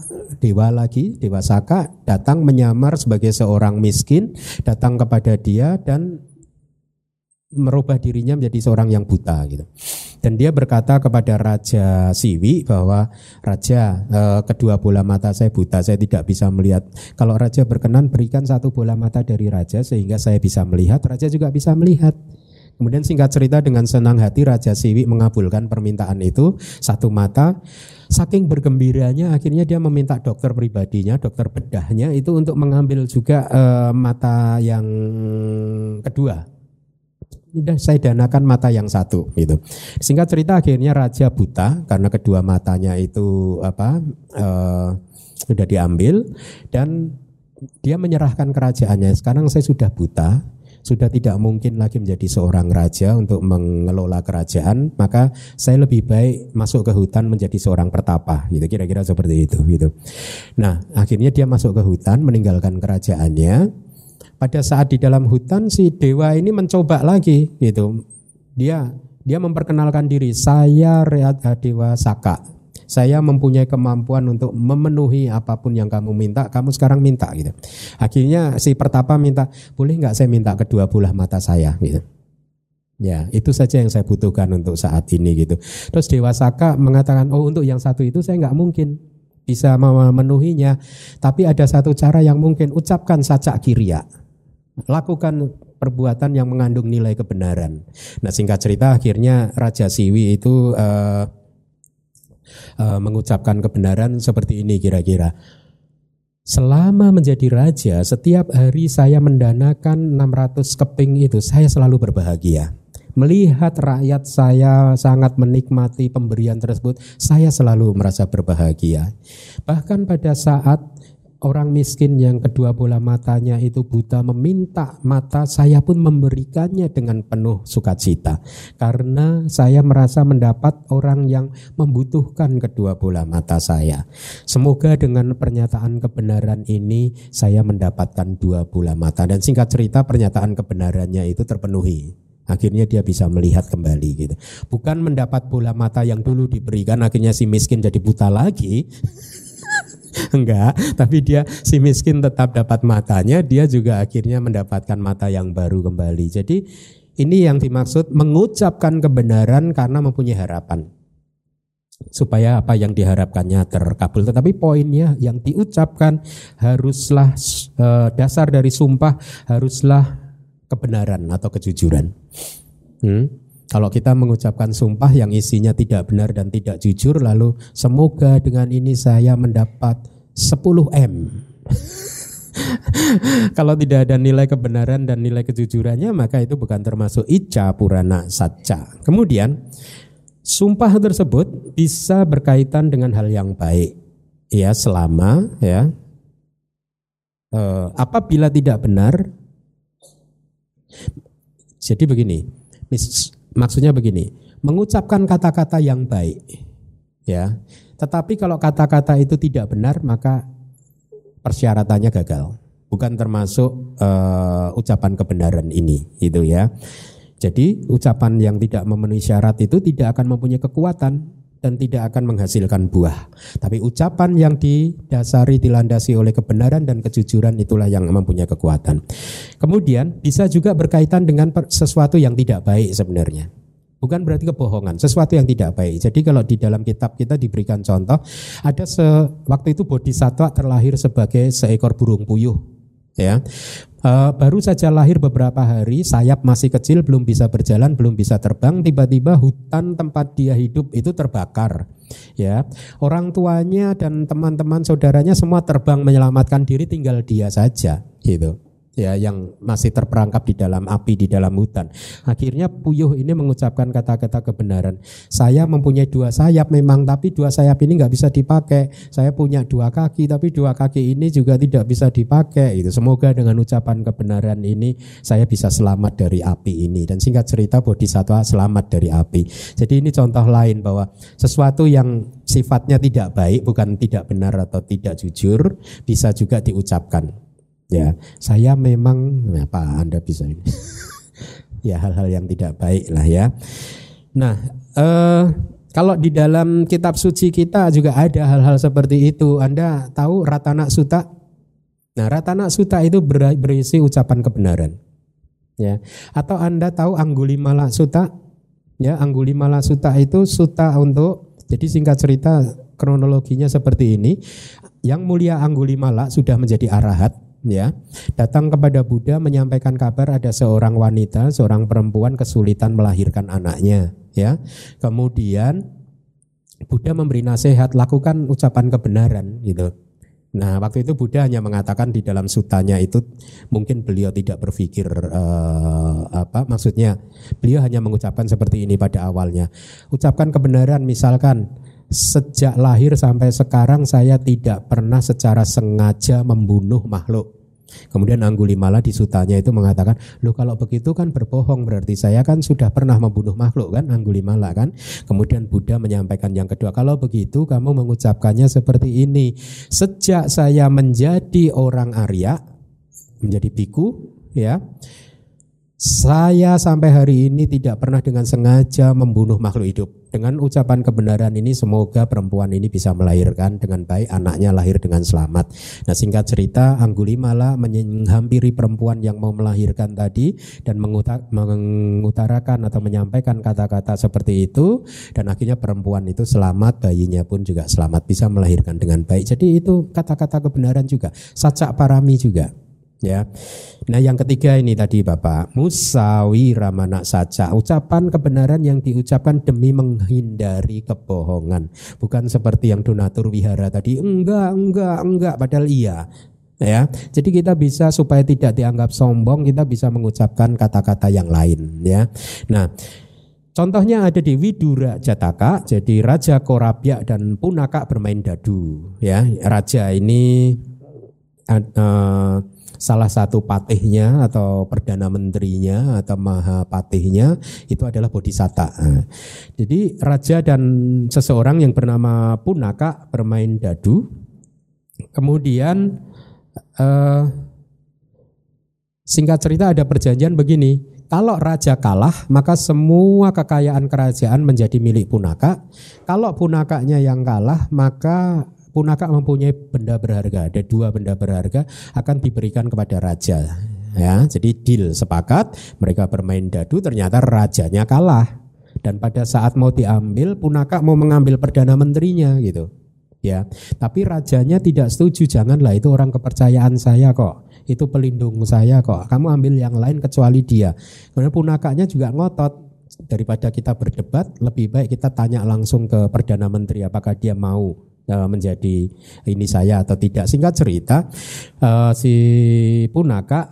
datang menyamar sebagai seorang miskin, datang kepada dia dan merubah dirinya menjadi seorang yang buta gitu. Dan dia berkata kepada Raja Siwi bahwa Raja, kedua bola mata saya buta, saya tidak bisa melihat. Kalau Raja berkenan berikan satu bola mata dari Raja sehingga saya bisa melihat, Raja juga bisa melihat. Kemudian singkat cerita dengan senang hati Raja Siwi mengabulkan permintaan itu, satu mata. Saking bergembiranya akhirnya dia meminta dokter pribadinya, dokter bedahnya itu untuk mengambil juga mata yang kedua. Sudah saya danakan mata yang satu gitu. Singkat cerita akhirnya Raja buta karena kedua matanya itu sudah diambil dan dia menyerahkan kerajaannya. Sekarang saya sudah buta, sudah tidak mungkin lagi menjadi seorang raja untuk mengelola kerajaan, maka saya lebih baik masuk ke hutan menjadi seorang pertapa gitu, kira-kira seperti itu gitu. Nah, akhirnya dia masuk ke hutan meninggalkan kerajaannya. Pada saat di dalam hutan si dewa ini mencoba lagi gitu. Dia memperkenalkan diri, saya Dewa Saka. Saya mempunyai kemampuan untuk memenuhi apapun yang kamu minta, kamu sekarang minta gitu. Akhirnya si pertapa minta, boleh nggak saya minta kedua bola mata saya gitu. Ya, itu saja yang saya butuhkan untuk saat ini gitu. Terus Dewa Saka mengatakan, oh untuk yang satu itu saya nggak mungkin bisa memenuhinya. Tapi ada satu cara yang mungkin, ucapkan saca kiriya. Lakukan perbuatan yang mengandung nilai kebenaran. Nah singkat cerita akhirnya Raja Siwi itu mengucapkan kebenaran seperti ini kira-kira. Selama menjadi raja, setiap hari saya mendanakan 600 keping itu, saya selalu berbahagia. Melihat rakyat saya sangat menikmati pemberian tersebut, saya selalu merasa berbahagia. Bahkan pada saat orang miskin yang kedua bola matanya itu buta meminta mata, saya pun memberikannya dengan penuh sukacita. Karena saya merasa mendapat orang yang membutuhkan kedua bola mata saya. Semoga dengan pernyataan kebenaran ini saya mendapatkan dua bola mata. Dan singkat cerita pernyataan kebenarannya itu terpenuhi. Akhirnya dia bisa melihat kembali gitu. Bukan mendapat bola mata yang dulu diberikan, akhirnya si miskin jadi buta lagi. Enggak, tapi si miskin tetap dapat matanya, dia juga akhirnya mendapatkan mata yang baru kembali. Jadi ini yang dimaksud mengucapkan kebenaran karena mempunyai harapan. Supaya apa yang diharapkannya terkabul. Tetapi poinnya yang diucapkan haruslah dasar dari sumpah haruslah kebenaran atau kejujuran. Kalau kita mengucapkan sumpah yang isinya tidak benar dan tidak jujur, lalu semoga dengan ini saya mendapat 10 M. Kalau tidak ada nilai kebenaran dan nilai kejujurannya, maka itu bukan termasuk icca purana saca. Kemudian sumpah tersebut bisa berkaitan dengan hal yang baik, ya selama ya apabila tidak benar. Jadi begini. Maksudnya begini, mengucapkan kata-kata yang baik, ya. Tetapi kalau kata-kata itu tidak benar, maka persyaratannya gagal. bukan termasuk ucapan kebenaran ini, gitu ya. Jadi ucapan yang tidak memenuhi syarat itu tidak akan mempunyai kekuatan dan tidak akan menghasilkan buah. Tapi ucapan yang didasari, dilandasi oleh kebenaran dan kejujuran itulah yang mempunyai kekuatan. Kemudian bisa juga berkaitan dengan sesuatu yang tidak baik sebenarnya. Bukan berarti kebohongan, sesuatu yang tidak baik. Jadi kalau di dalam kitab kita diberikan contoh, ada waktu itu Bodhisattva terlahir sebagai seekor burung puyuh. Ya, baru saja lahir beberapa hari, sayap masih kecil, belum bisa berjalan, belum bisa terbang. Tiba-tiba hutan tempat dia hidup itu terbakar. Ya, orang tuanya dan teman-teman saudaranya semua terbang menyelamatkan diri, tinggal dia saja, gitu. Ya, yang masih terperangkap di dalam api di dalam hutan. Akhirnya puyuh ini mengucapkan kata-kata kebenaran. Saya mempunyai 2 sayap memang, tapi 2 sayap ini nggak bisa dipakai. Saya punya 2 kaki, tapi 2 kaki ini juga tidak bisa dipakai. Itu semoga dengan ucapan kebenaran ini saya bisa selamat dari api ini. Dan singkat cerita Bodhisattva selamat dari api. Jadi ini contoh lain bahwa sesuatu yang sifatnya tidak baik, bukan tidak benar atau tidak jujur, bisa juga diucapkan. Ya, saya memang apa Anda bisa ini. Ya, hal-hal yang tidak baik lah ya. Nah, kalau di dalam kitab suci kita juga ada hal-hal seperti itu. Anda tahu Ratana Sutta? Nah, Ratana Sutta itu berisi ucapan kebenaran. Ya. Atau Anda tahu Anggulimala Sutta? Ya, Anggulimala Sutta itu sutta untuk, jadi singkat cerita kronologinya seperti ini. Yang mulia Anggulimala sudah menjadi arahat. Ya, datang kepada Buddha menyampaikan kabar ada seorang wanita, seorang perempuan kesulitan melahirkan anaknya. Ya, kemudian Buddha memberi nasihat, lakukan ucapan kebenaran, gitu. Nah, waktu itu Buddha hanya mengatakan di dalam sutanya itu, mungkin beliau tidak berpikir maksudnya beliau hanya mengucapkan seperti ini pada awalnya. Ucapkan kebenaran, misalkan sejak lahir sampai sekarang saya tidak pernah secara sengaja membunuh makhluk. Kemudian Anggulimala di sutanya itu mengatakan, loh kalau begitu kan berbohong, berarti saya kan sudah pernah membunuh makhluk kan, Anggulimala kan. Kemudian Buddha menyampaikan yang kedua, kalau begitu kamu mengucapkannya seperti ini, sejak saya menjadi orang Arya, menjadi biku, ya, saya sampai hari ini tidak pernah dengan sengaja membunuh makhluk hidup. Dengan ucapan kebenaran ini semoga perempuan ini bisa melahirkan dengan baik, anaknya lahir dengan selamat. Nah, singkat cerita Anggulimala menghampiri perempuan yang mau melahirkan tadi dan mengutarakan atau menyampaikan kata-kata seperti itu, dan akhirnya perempuan itu selamat, bayinya pun juga selamat, bisa melahirkan dengan baik. Jadi itu kata-kata kebenaran juga, sacak parami juga. Ya. Nah, yang ketiga ini tadi Bapak, musawi ramana saca, ucapan kebenaran yang diucapkan demi menghindari kebohongan. Bukan seperti yang donatur wihara tadi, enggak padahal iya. Ya. Jadi kita bisa, supaya tidak dianggap sombong, kita bisa mengucapkan kata-kata yang lain, ya. Nah, contohnya ada di Widura Jataka, jadi Raja Korabya dan Punaka bermain dadu, ya. Raja ini salah satu patihnya atau perdana menterinya atau mahapatihnya itu adalah Bodhisatta. Jadi raja dan seseorang yang bernama Punaka bermain dadu. Kemudian singkat cerita ada perjanjian begini, kalau raja kalah maka semua kekayaan kerajaan menjadi milik Punaka. Kalau Punakanya yang kalah maka Punaka mempunyai benda berharga, ada 2 benda berharga akan diberikan kepada raja. Ya, jadi deal, sepakat, mereka bermain dadu, ternyata rajanya kalah. Dan pada saat mau diambil, Punaka mau mengambil perdana menterinya gitu. Ya, tapi rajanya tidak setuju, janganlah, itu orang kepercayaan saya kok. Itu pelindung saya kok. Kamu ambil yang lain kecuali dia. Kemudian Punakanya juga ngotot. Daripada kita berdebat, lebih baik kita tanya langsung ke perdana menteri apakah dia mau menjadi ini saya atau tidak. Singkat cerita, si Punaka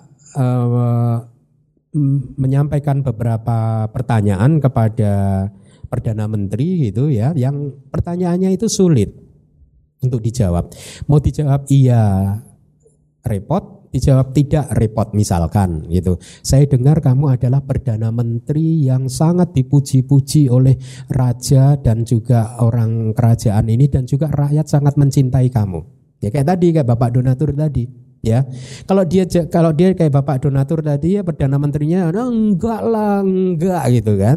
menyampaikan beberapa pertanyaan kepada perdana menteri gitu ya, yang pertanyaannya itu sulit untuk dijawab. Mau dijawab iya repot, dijawab tidak repot, misalkan gitu. Saya dengar kamu adalah perdana menteri yang sangat dipuji-puji oleh raja dan juga orang kerajaan ini, dan juga rakyat sangat mencintai kamu. Ya kayak tadi, kayak Bapak Donatur tadi. Ya, kalau dia kayak Bapak Donatur tadi ya, Perdana Menterinya enggak lah, enggak gitu kan.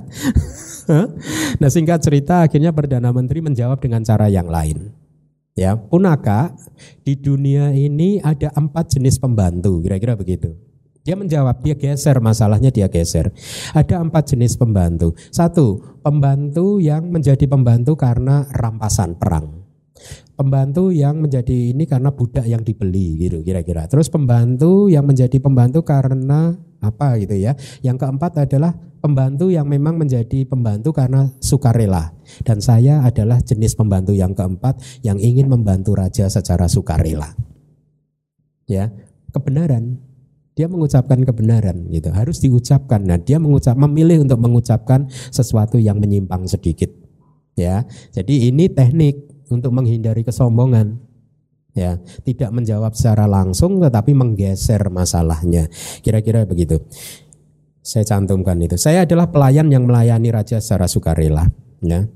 Nah, singkat cerita akhirnya Perdana Menteri menjawab dengan cara yang lain. Ya, Punaka, di dunia ini ada 4 jenis pembantu, kira-kira begitu. Dia menjawab, dia geser masalahnya, dia geser. Ada 4 jenis pembantu. 1, pembantu yang menjadi pembantu karena rampasan perang. Pembantu yang menjadi ini karena budak yang dibeli gitu kira-kira. Terus pembantu yang menjadi pembantu karena apa gitu ya. Yang keempat adalah pembantu yang memang menjadi pembantu karena sukarela. Dan saya adalah jenis pembantu yang keempat yang ingin membantu raja secara sukarela. Ya, kebenaran. Dia mengucapkan kebenaran gitu. Harus diucapkan. Nah, dia memilih untuk mengucapkan sesuatu yang menyimpang sedikit. Ya. Jadi ini teknik untuk menghindari kesombongan, ya, tidak menjawab secara langsung tetapi menggeser masalahnya, kira-kira begitu. Saya cantumkan itu. Saya adalah pelayan yang melayani raja secara sukarela, ya.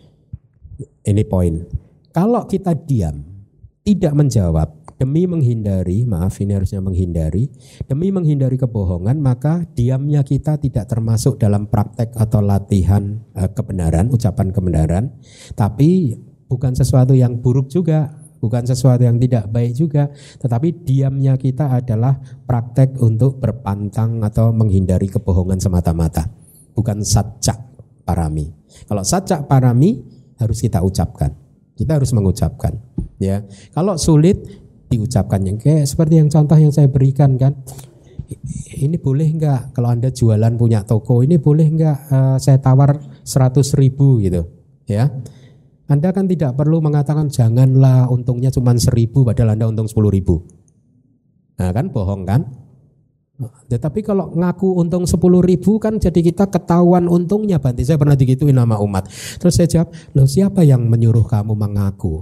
Ini poin. Kalau kita diam, tidak menjawab demi menghindari, maaf ini harusnya menghindari, demi menghindari kebohongan, maka diamnya kita tidak termasuk dalam praktek atau latihan kebenaran, ucapan kebenaran, tapi bukan sesuatu yang buruk juga, bukan sesuatu yang tidak baik juga, tetapi diamnya kita adalah praktek untuk berpantang atau menghindari kebohongan semata-mata, bukan sajak parami. Kalau sajak parami harus kita ucapkan, kita harus mengucapkan. Ya, kalau sulit diucapkan, yang kayak seperti yang contoh yang saya berikan kan. Ini boleh enggak kalau Anda jualan punya toko, ini boleh enggak saya tawar 100.000 gitu, ya. Anda kan tidak perlu mengatakan janganlah untungnya cuma 1.000 padahal Anda untung 10.000. Nah kan bohong kan? Tetapi kalau ngaku untung 10.000 kan jadi kita ketahuan untungnya. Banti saya pernah digituin sama umat. Terus saya jawab, loh siapa yang menyuruh kamu mengaku?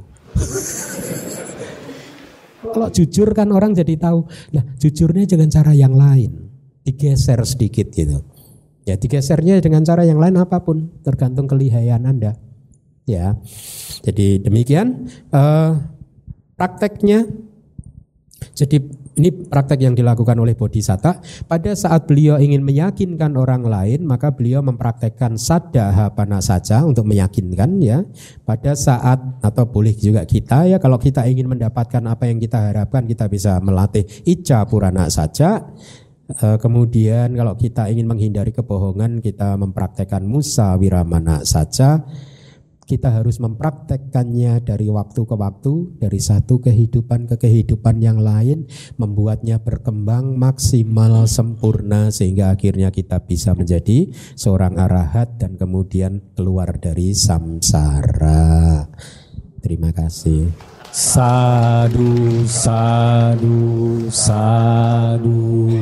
Kalau jujur kan orang jadi tahu. Nah jujurnya dengan cara yang lain. Digeser sedikit gitu. Ya digesernya dengan cara yang lain apapun. Tergantung kelihayan Anda. Ya, jadi demikian prakteknya. Jadi ini praktek yang dilakukan oleh Bodhisatta. Pada saat beliau ingin meyakinkan orang lain, maka beliau mempraktekkan saddaha panasaja untuk meyakinkan ya. Pada saat atau boleh juga kita ya, kalau kita ingin mendapatkan apa yang kita harapkan, kita bisa melatih icca purana saja. Kemudian kalau kita ingin menghindari kebohongan, kita mempraktekkan musa wiramana saja. Kita harus mempraktekkannya dari waktu ke waktu, dari satu kehidupan ke kehidupan yang lain, membuatnya berkembang maksimal sempurna sehingga akhirnya kita bisa menjadi seorang arahat dan kemudian keluar dari samsara. Terima kasih. Sadu, sadu, sadu.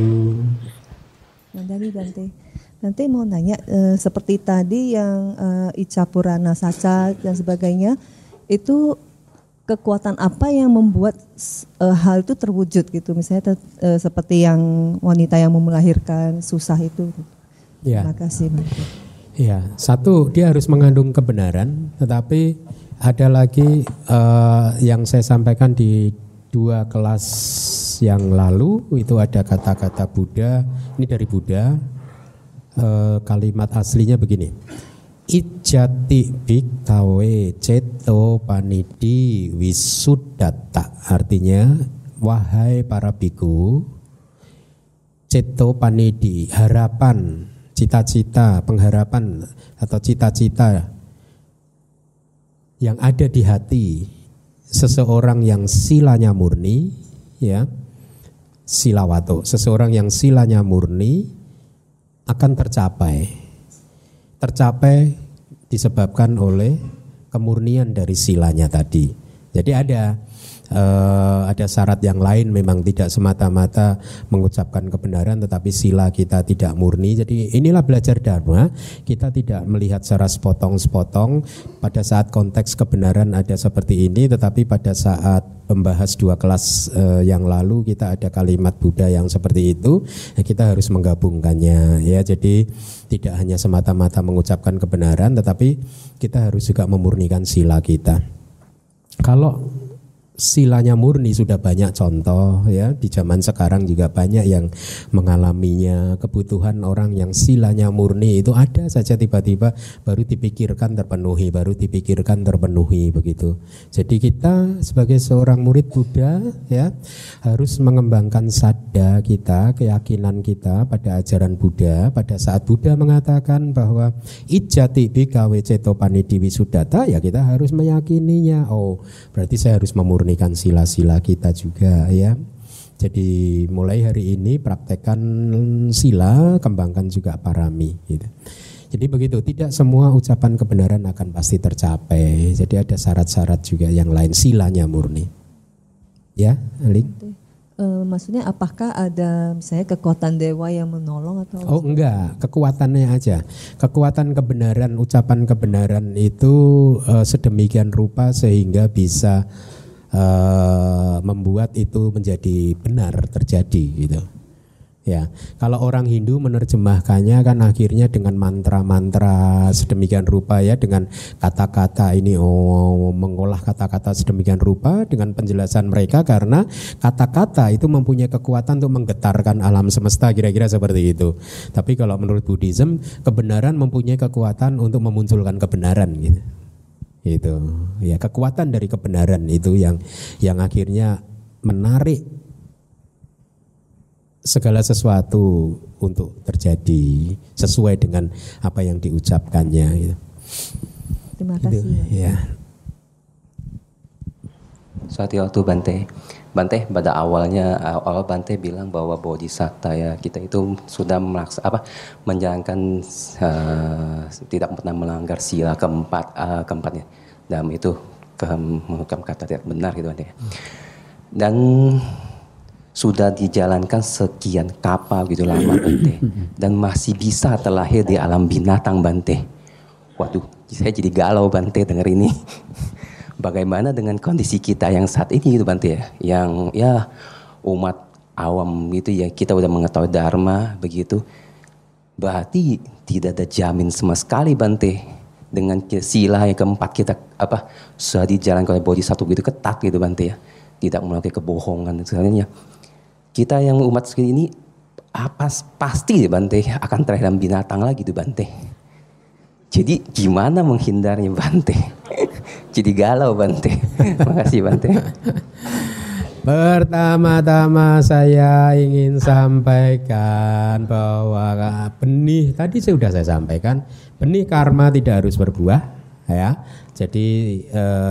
Mandali Bante. Nanti mau nanya seperti tadi yang icca purana saca dan sebagainya, itu kekuatan apa yang membuat hal itu terwujud gitu? Misalnya seperti yang wanita yang mau melahirkan susah itu. Ya. Terima kasih. Ya, satu dia harus mengandung kebenaran, tetapi ada lagi yang saya sampaikan di 2 kelas yang lalu itu ada kata-kata Buddha, ini dari Buddha. Kalimat aslinya begini, ijjati bhikkhave ceto panidi wisuddata, artinya wahai para biku, ceto panidi, harapan, cita-cita, pengharapan atau cita-cita yang ada di hati seseorang yang silanya murni, ya, silawato, seseorang yang silanya murni akan tercapai disebabkan oleh kemurnian dari silanya tadi. Jadi ada syarat yang lain, memang tidak semata-mata mengucapkan kebenaran tetapi sila kita tidak murni. Jadi inilah belajar dharma, kita tidak melihat secara sepotong-sepotong. Pada saat konteks kebenaran ada seperti ini, tetapi pada saat membahas 2 kelas yang lalu kita ada kalimat Buddha yang seperti itu, kita harus menggabungkannya ya. Jadi tidak hanya semata-mata mengucapkan kebenaran tetapi kita harus juga memurnikan sila kita. Kalau silanya murni sudah banyak contoh ya, di zaman sekarang juga banyak yang mengalaminya. Kebutuhan orang yang silanya murni itu ada saja tiba-tiba baru dipikirkan terpenuhi, baru dipikirkan terpenuhi begitu. Jadi kita sebagai seorang murid Buddha ya harus mengembangkan sadda kita, keyakinan kita pada ajaran Buddha. Pada saat Buddha mengatakan bahwa ijjati bhikkhave ceto panidi wisuddhata, ya kita harus meyakininya. Oh, berarti saya harus memurnikan sila-sila kita juga ya. Jadi mulai hari ini praktekkan sila, kembangkan juga parami gitu. Jadi begitu, tidak semua ucapan kebenaran akan pasti tercapai. Jadi ada syarat-syarat juga yang lain, silanya murni. Ya, Aling? Maksudnya apakah ada misalnya kekuatan dewa yang menolong atau? Oh enggak, kekuatannya aja. Kekuatan kebenaran, ucapan kebenaran itu sedemikian rupa sehingga bisa membuat itu menjadi benar terjadi gitu. Ya, kalau orang Hindu menerjemahkannya kan akhirnya dengan mantra-mantra sedemikian rupa ya, dengan kata-kata ini mengolah kata-kata sedemikian rupa dengan penjelasan mereka, karena kata-kata itu mempunyai kekuatan untuk menggetarkan alam semesta, kira-kira seperti itu. Tapi kalau menurut Buddhism, kebenaran mempunyai kekuatan untuk memunculkan kebenaran gitu. Itu ya, kekuatan dari kebenaran itu yang akhirnya menarik segala sesuatu untuk terjadi sesuai dengan apa yang diucapkannya gitu. Terima kasih. Itu, ya. Suatu waktu Bante pada awal Bante bilang bahwa bodhisatta ya kita itu sudah menjalankan tidak pernah melanggar sila keempatnya. Dan itu mengucapkan kata tidak benar gitu Bante. Dan sudah dijalankan sekian kapal gitu lama Bante, dan masih bisa terlahir di alam binatang Bante. Waduh, saya jadi galau Bante dengar ini. Bagaimana dengan kondisi kita yang saat ini gitu Bante ya, yang ya umat awam gitu ya, kita udah mengetahui dharma begitu, berarti tidak ada jamin sama sekali Bante dengan sila yang keempat kita sudah dijalankan oleh bodhisatta gitu ketat gitu Bante ya, tidak melakukan kebohongan dan sebagainya. Kita yang umat segini ini pasti Bante akan terakhir binatang lagi tuh Bante. Jadi gimana menghindarnya Bante? Jadi galau Bante. Makasih Bante. Pertama-tama saya ingin sampaikan bahwa benih tadi sudah saya sampaikan, benih karma tidak harus berbuah ya. Jadi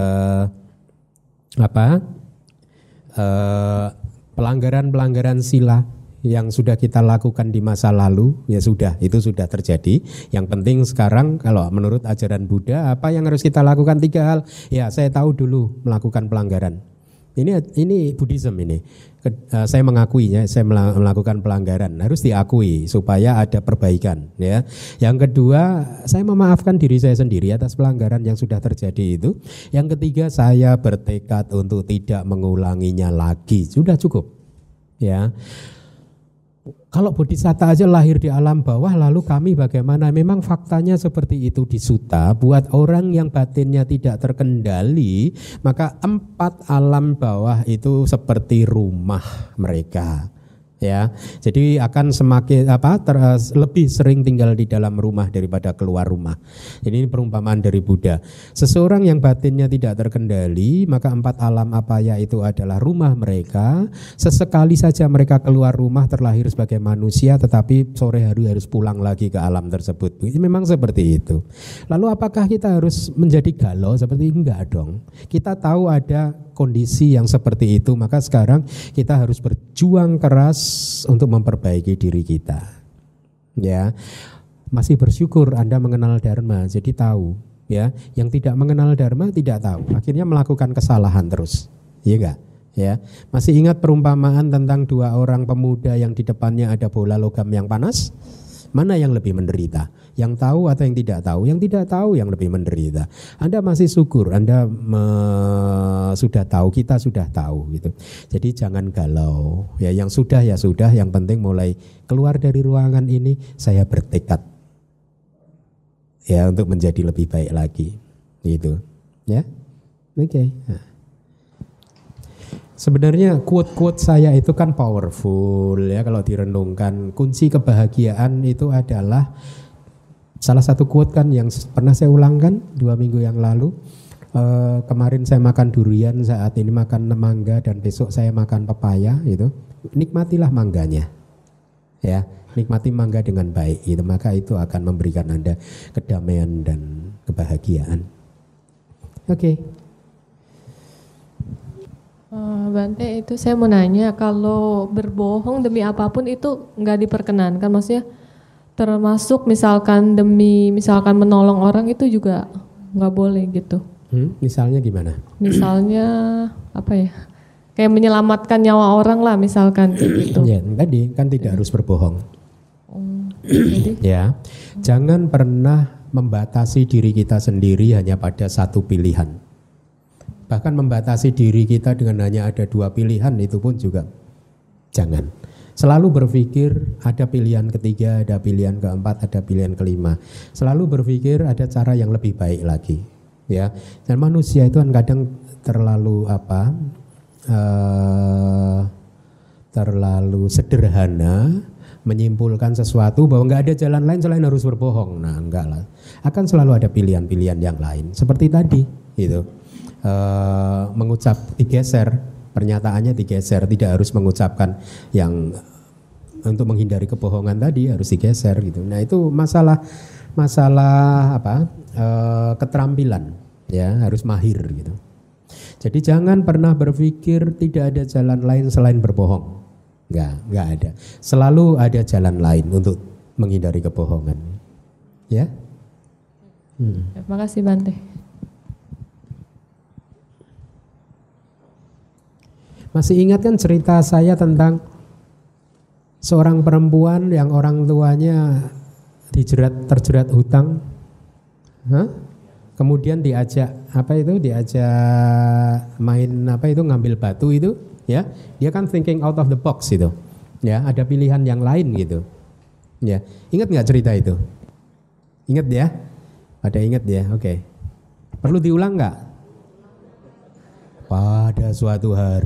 pelanggaran-pelanggaran sila yang sudah kita lakukan di masa lalu ya sudah, itu sudah terjadi. Yang penting sekarang kalau menurut ajaran Buddha apa yang harus kita lakukan? 3 hal. Ya, saya tahu dulu melakukan pelanggaran. Ini Buddhism ini. Saya mengakuinya, saya melakukan pelanggaran, harus diakui supaya ada perbaikan ya. Yang kedua, saya memaafkan diri saya sendiri atas pelanggaran yang sudah terjadi itu. Yang ketiga, saya bertekad untuk tidak mengulanginya lagi. Sudah cukup. Ya. Kalau bodhisatta aja lahir di alam bawah, lalu kami bagaimana? Memang faktanya seperti itu di sutta. Buat orang yang batinnya tidak terkendali, maka 4 alam bawah itu seperti rumah mereka. Ya, jadi akan semakin lebih sering tinggal di dalam rumah daripada keluar rumah. Jadi ini perumpamaan dari Buddha. Seseorang yang batinnya tidak terkendali, maka 4 alam apaya itu adalah rumah mereka. Sesekali saja mereka keluar rumah terlahir sebagai manusia, tetapi sore hari harus pulang lagi ke alam tersebut. Ini memang seperti itu. Lalu apakah kita harus menjadi galau seperti ini? Enggak dong. Kita tahu ada kondisi yang seperti itu, maka sekarang kita harus berjuang keras untuk memperbaiki diri kita. Ya, masih bersyukur Anda mengenal dharma, jadi tahu. Ya, yang tidak mengenal dharma tidak tahu, akhirnya melakukan kesalahan terus. Iya enggak? Ya, masih ingat perumpamaan tentang 2 orang pemuda yang di depannya ada bola logam yang panas? Mana yang lebih menderita? Yang tahu atau yang tidak tahu? Yang tidak tahu yang lebih menderita. Anda masih syukur, Anda sudah tahu, kita sudah tahu gitu. Jadi jangan galau. Ya, yang sudah ya sudah, yang penting mulai keluar dari ruangan ini saya bertekad ya untuk menjadi lebih baik lagi. Gitu. Ya. Oke. Nah. Sebenarnya quote-quote saya itu kan powerful ya kalau direnungkan. Kunci kebahagiaan itu adalah salah satu quote kan yang pernah saya ulangkan 2 minggu yang lalu. Kemarin saya makan durian, saat ini makan mangga, dan besok saya makan pepaya gitu. Nikmatilah mangganya. Ya, nikmati mangga dengan baik gitu, maka itu akan memberikan Anda kedamaian dan kebahagiaan. Oke. Bante, itu saya mau nanya, kalau berbohong demi apapun itu nggak diperkenankan, maksudnya termasuk misalkan menolong orang itu juga nggak boleh gitu. Misalnya gimana? Misalnya apa ya? Kayak menyelamatkan nyawa orang lah misalkan gitu. Ya, tadi kan tidak harus berbohong. Jadi? Ya, jangan pernah membatasi diri kita sendiri hanya pada satu pilihan. Bahkan membatasi diri kita dengan hanya ada 2 pilihan itu pun juga jangan. Selalu berpikir ada pilihan ketiga, ada pilihan keempat, ada pilihan kelima. Selalu berpikir ada cara yang lebih baik lagi. Ya, dan manusia itu kan kadang terlalu terlalu sederhana menyimpulkan sesuatu bahwa nggak ada jalan lain selain harus berbohong. Nah, enggak lah. Akan selalu ada pilihan-pilihan yang lain. Seperti tadi, gitu. Mengucap digeser, pernyataannya digeser, tidak harus mengucapkan yang untuk menghindari kebohongan tadi harus digeser gitu. Nah, itu masalah keterampilan ya, harus mahir gitu. Jadi jangan pernah berpikir tidak ada jalan lain selain berbohong. Enggak ada. Selalu ada jalan lain untuk menghindari kebohongan. Ya? Terima kasih Bante. Masih ingat kan cerita saya tentang seorang perempuan yang orang tuanya terjerat hutang? Kemudian diajak main ngambil batu itu, ya. Dia kan thinking out of the box itu. Ya, ada pilihan yang lain gitu. Ya. Ingat enggak cerita itu? Ingat ya? Ada ingat ya? Oke. Perlu diulang enggak? Pada suatu hari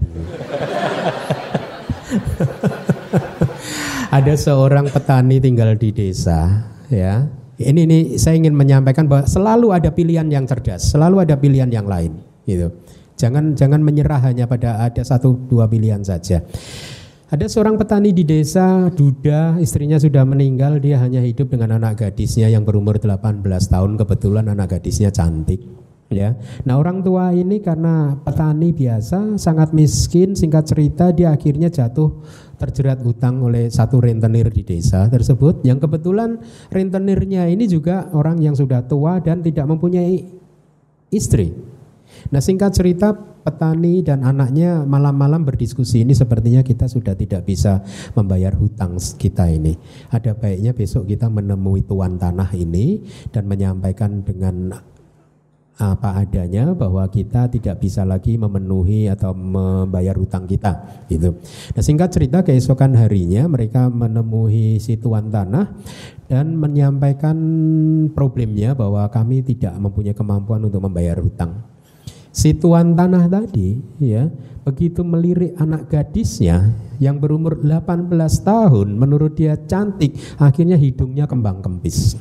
ada seorang petani tinggal di desa, ya. Ini saya ingin menyampaikan bahwa selalu ada pilihan yang cerdas, selalu ada pilihan yang lain, gitu. Jangan menyerah hanya pada ada 1-2 pilihan saja. Ada seorang petani di desa, duda, istrinya sudah meninggal, dia hanya hidup dengan anak gadisnya yang berumur 18 tahun, kebetulan anak gadisnya cantik. Ya, nah orang tua ini karena petani biasa, sangat miskin, singkat cerita dia akhirnya terjerat hutang oleh satu rentenir di desa tersebut, yang kebetulan rentenirnya ini juga orang yang sudah tua dan tidak mempunyai istri. Nah singkat cerita petani dan anaknya malam-malam berdiskusi, ini sepertinya kita sudah tidak bisa membayar hutang kita ini. Ada baiknya besok kita menemui tuan tanah ini dan menyampaikan dengan apa adanya bahwa kita tidak bisa lagi memenuhi atau membayar hutang kita gitu. Nah singkat cerita keesokan harinya mereka menemui si tuan tanah dan menyampaikan problemnya bahwa kami tidak mempunyai kemampuan untuk membayar hutang. Si tuan tanah tadi ya begitu melirik anak gadisnya yang berumur 18 tahun, menurut dia cantik, akhirnya hidungnya kembang kempis.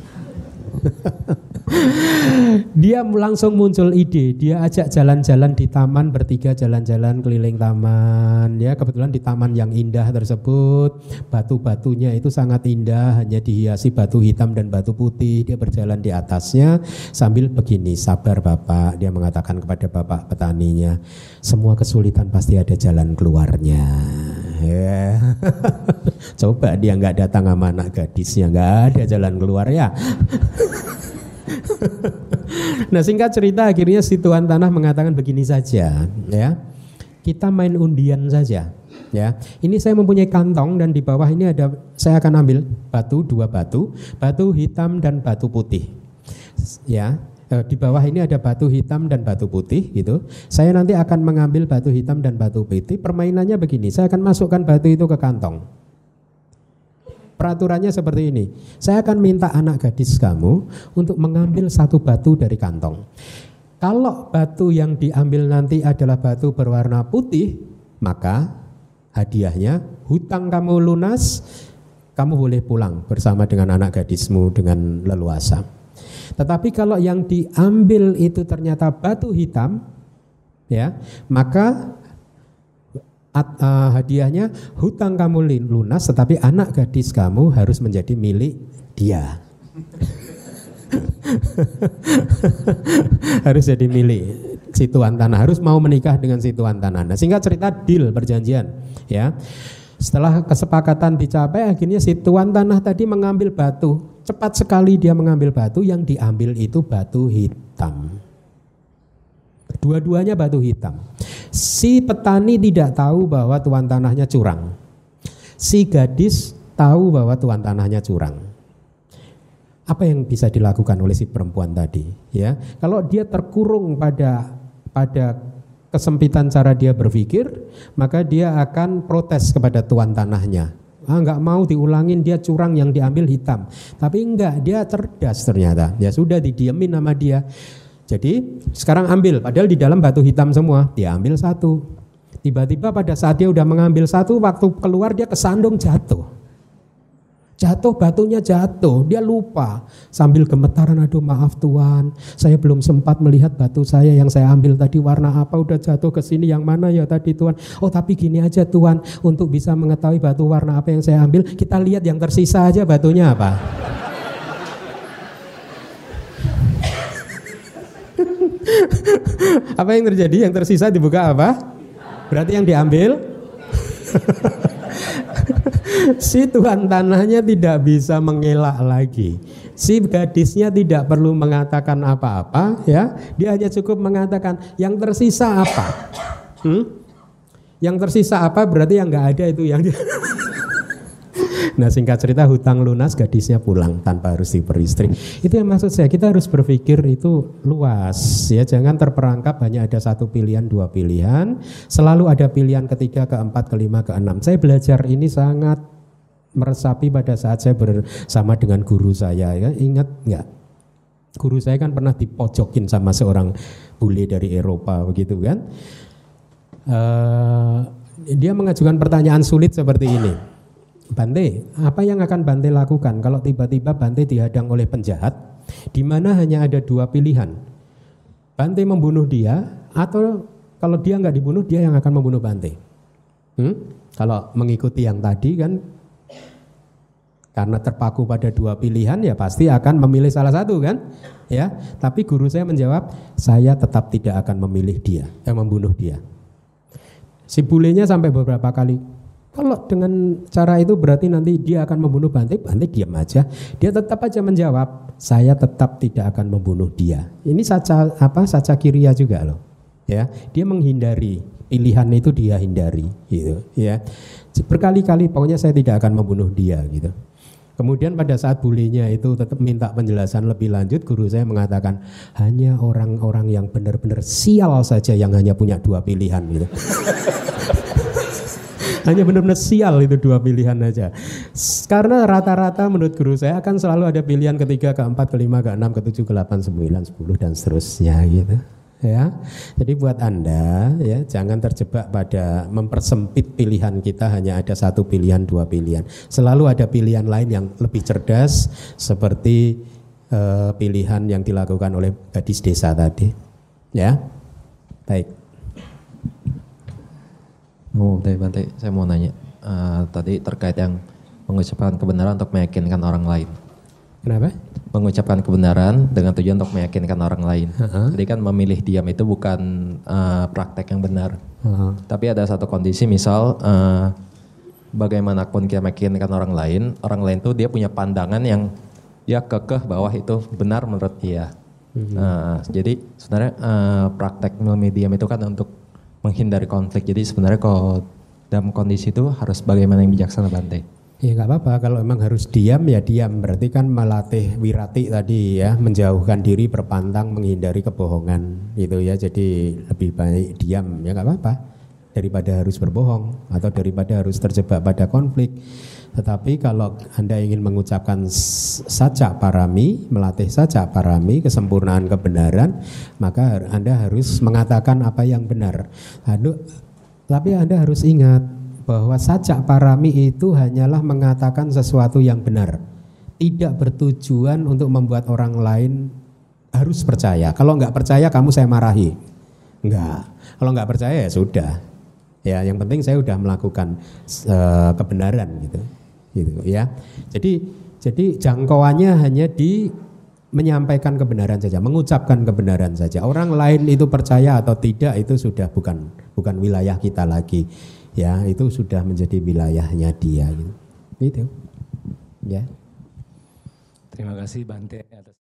Dia langsung muncul ide, dia ajak jalan-jalan di taman, bertiga jalan-jalan keliling taman. Ya kebetulan di taman yang indah tersebut batu-batunya itu sangat indah, hanya dihiasi batu hitam dan batu putih. Dia berjalan di atasnya sambil begini, sabar Bapak, dia mengatakan kepada bapak petaninya, semua kesulitan pasti ada jalan keluarnya. Ya. Coba dia nggak datang sama anak gadisnya, nggak ada jalan keluar ya. Nah singkat cerita akhirnya si tuan tanah mengatakan begini saja, ya kita main undian saja, ya. Ini saya mempunyai kantong dan di bawah ini ada, saya akan ambil dua batu hitam dan batu putih, ya. Di bawah ini ada batu hitam dan batu putih gitu. Saya nanti akan mengambil batu hitam dan batu putih. Permainannya begini, saya akan masukkan batu itu ke kantong. Peraturannya seperti ini, saya akan minta anak gadis kamu untuk mengambil satu batu dari kantong. Kalau batu yang diambil nanti adalah batu berwarna putih, maka hadiahnya hutang kamu lunas, kamu boleh pulang bersama dengan anak gadismu dengan leluasa. Tetapi kalau yang diambil itu ternyata batu hitam, ya, maka hadiahnya hutang kamu lunas, tetapi anak gadis kamu harus menjadi milik dia. Harus jadi milik si tuan tanah, harus mau menikah dengan si tuan tanah. Nah, singkat cerita deal, perjanjian, ya. Setelah kesepakatan dicapai, akhirnya si tuan tanah tadi mengambil batu. Cepat sekali dia mengambil batu, yang diambil itu batu hitam. Dua-duanya batu hitam. Si petani tidak tahu bahwa tuan tanahnya curang. Si gadis tahu bahwa tuan tanahnya curang. Apa yang bisa dilakukan oleh si perempuan tadi? Ya, kalau dia terkurung pada kesempitan cara dia berpikir, maka dia akan protes kepada tuan tanahnya. Enggak mau diulangin, dia curang, yang diambil hitam. Tapi enggak, dia cerdas ternyata. Ya sudah, didiamin sama dia. Jadi sekarang ambil, padahal di dalam batu hitam semua. Dia ambil satu. Tiba-tiba pada saat dia udah mengambil satu, waktu keluar dia kesandung, jatuh. Jatuh, batunya jatuh, dia lupa. Sambil gemetaran, aduh maaf Tuan, saya belum sempat melihat batu saya yang saya ambil tadi warna apa, udah jatuh ke sini, yang mana ya tadi Tuan. Oh tapi gini aja Tuan, untuk bisa mengetahui batu warna apa yang saya ambil, kita lihat yang tersisa aja batunya apa. Apa yang terjadi? Yang tersisa dibuka apa? Berarti yang diambil si tuan tanahnya tidak bisa mengelak lagi. Si gadisnya tidak perlu mengatakan apa-apa, ya. Dia hanya cukup mengatakan yang tersisa apa. Yang tersisa apa, berarti yang nggak ada itu yang dia. Nah, singkat cerita hutang lunas, gadisnya pulang tanpa harus diperistri. Itu yang maksud saya, kita harus berpikir itu luas, ya. Jangan terperangkap hanya ada satu pilihan, dua pilihan. Selalu ada pilihan ketiga, keempat, kelima, keenam. Saya belajar ini sangat meresapi pada saat saya bersama dengan guru saya, ya. Ingat nggak? Guru saya kan pernah dipojokin sama seorang bule dari Eropa, begitu kan? Dia mengajukan pertanyaan sulit seperti ini. Bante, apa yang akan Bante lakukan kalau tiba-tiba Bante dihadang oleh penjahat, di mana hanya ada dua pilihan? Bante membunuh dia, atau kalau dia nggak dibunuh, dia yang akan membunuh Bante. Kalau mengikuti yang tadi kan, karena terpaku pada dua pilihan, ya pasti akan memilih salah satu kan, ya. Tapi guru saya menjawab, saya tetap tidak akan memilih dia, membunuh dia. Si bulenya sampai beberapa kali, kalau dengan cara itu berarti nanti dia akan membunuh Bante. Bante diam aja. Dia tetap aja menjawab, saya tetap tidak akan membunuh dia. Ini saca kiria juga loh. Ya, dia menghindari, pilihan itu dia hindari gitu, ya. Berkali-kali pokoknya saya tidak akan membunuh dia gitu. Kemudian pada saat bulenya itu tetap minta penjelasan lebih lanjut, guru saya mengatakan hanya orang-orang yang benar-benar sial saja yang hanya punya dua pilihan gitu. Hanya benar-benar sial itu dua pilihan aja. Karena rata-rata menurut guru saya akan selalu ada pilihan ketiga, keempat, kelima, keenam, ketujuh, ke-8, 9, 10 dan seterusnya gitu. Ya. Jadi buat Anda ya, jangan terjebak pada mempersempit pilihan kita hanya ada satu pilihan, dua pilihan. Selalu ada pilihan lain yang lebih cerdas seperti pilihan yang dilakukan oleh gadis desa tadi. Ya. Baik. Bante, saya mau nanya tadi terkait yang mengucapkan kebenaran untuk meyakinkan orang lain. Kenapa? Mengucapkan kebenaran dengan tujuan untuk meyakinkan orang lain. Jadi kan memilih diam itu bukan praktek yang benar. Tapi ada satu kondisi, misal bagaimanapun kita meyakinkan orang lain tuh dia punya pandangan yang dia kekeh bahwa itu benar menurut dia. Jadi sebenarnya praktek memilih diam itu kan untuk menghindari konflik. Jadi sebenarnya kalau dalam kondisi itu harus bagaimana yang bijaksana, Bante? Ya nggak apa-apa, kalau emang harus diam ya diam. Berarti kan melatih wirati tadi ya, menjauhkan diri, berpantang, menghindari kebohongan gitu ya. Jadi lebih baik diam, ya nggak apa-apa, daripada harus berbohong atau daripada harus terjebak pada konflik. Tetapi kalau Anda ingin mengucapkan saca parami, melatih saca parami, kesempurnaan kebenaran, maka Anda harus mengatakan apa yang benar. Tapi Anda harus ingat bahwa sajak parami itu hanyalah mengatakan sesuatu yang benar. Tidak bertujuan untuk membuat orang lain harus percaya. Kalau nggak percaya kamu saya marahi. Enggak. Kalau nggak percaya ya sudah. Ya, yang penting saya sudah melakukan kebenaran gitu ya. Jadi jangkauannya hanya di menyampaikan kebenaran saja, mengucapkan kebenaran saja. Orang lain itu percaya atau tidak itu sudah bukan wilayah kita lagi. Ya, itu sudah menjadi wilayahnya dia gitu. Gitu. Ya. Terima kasih Bante atas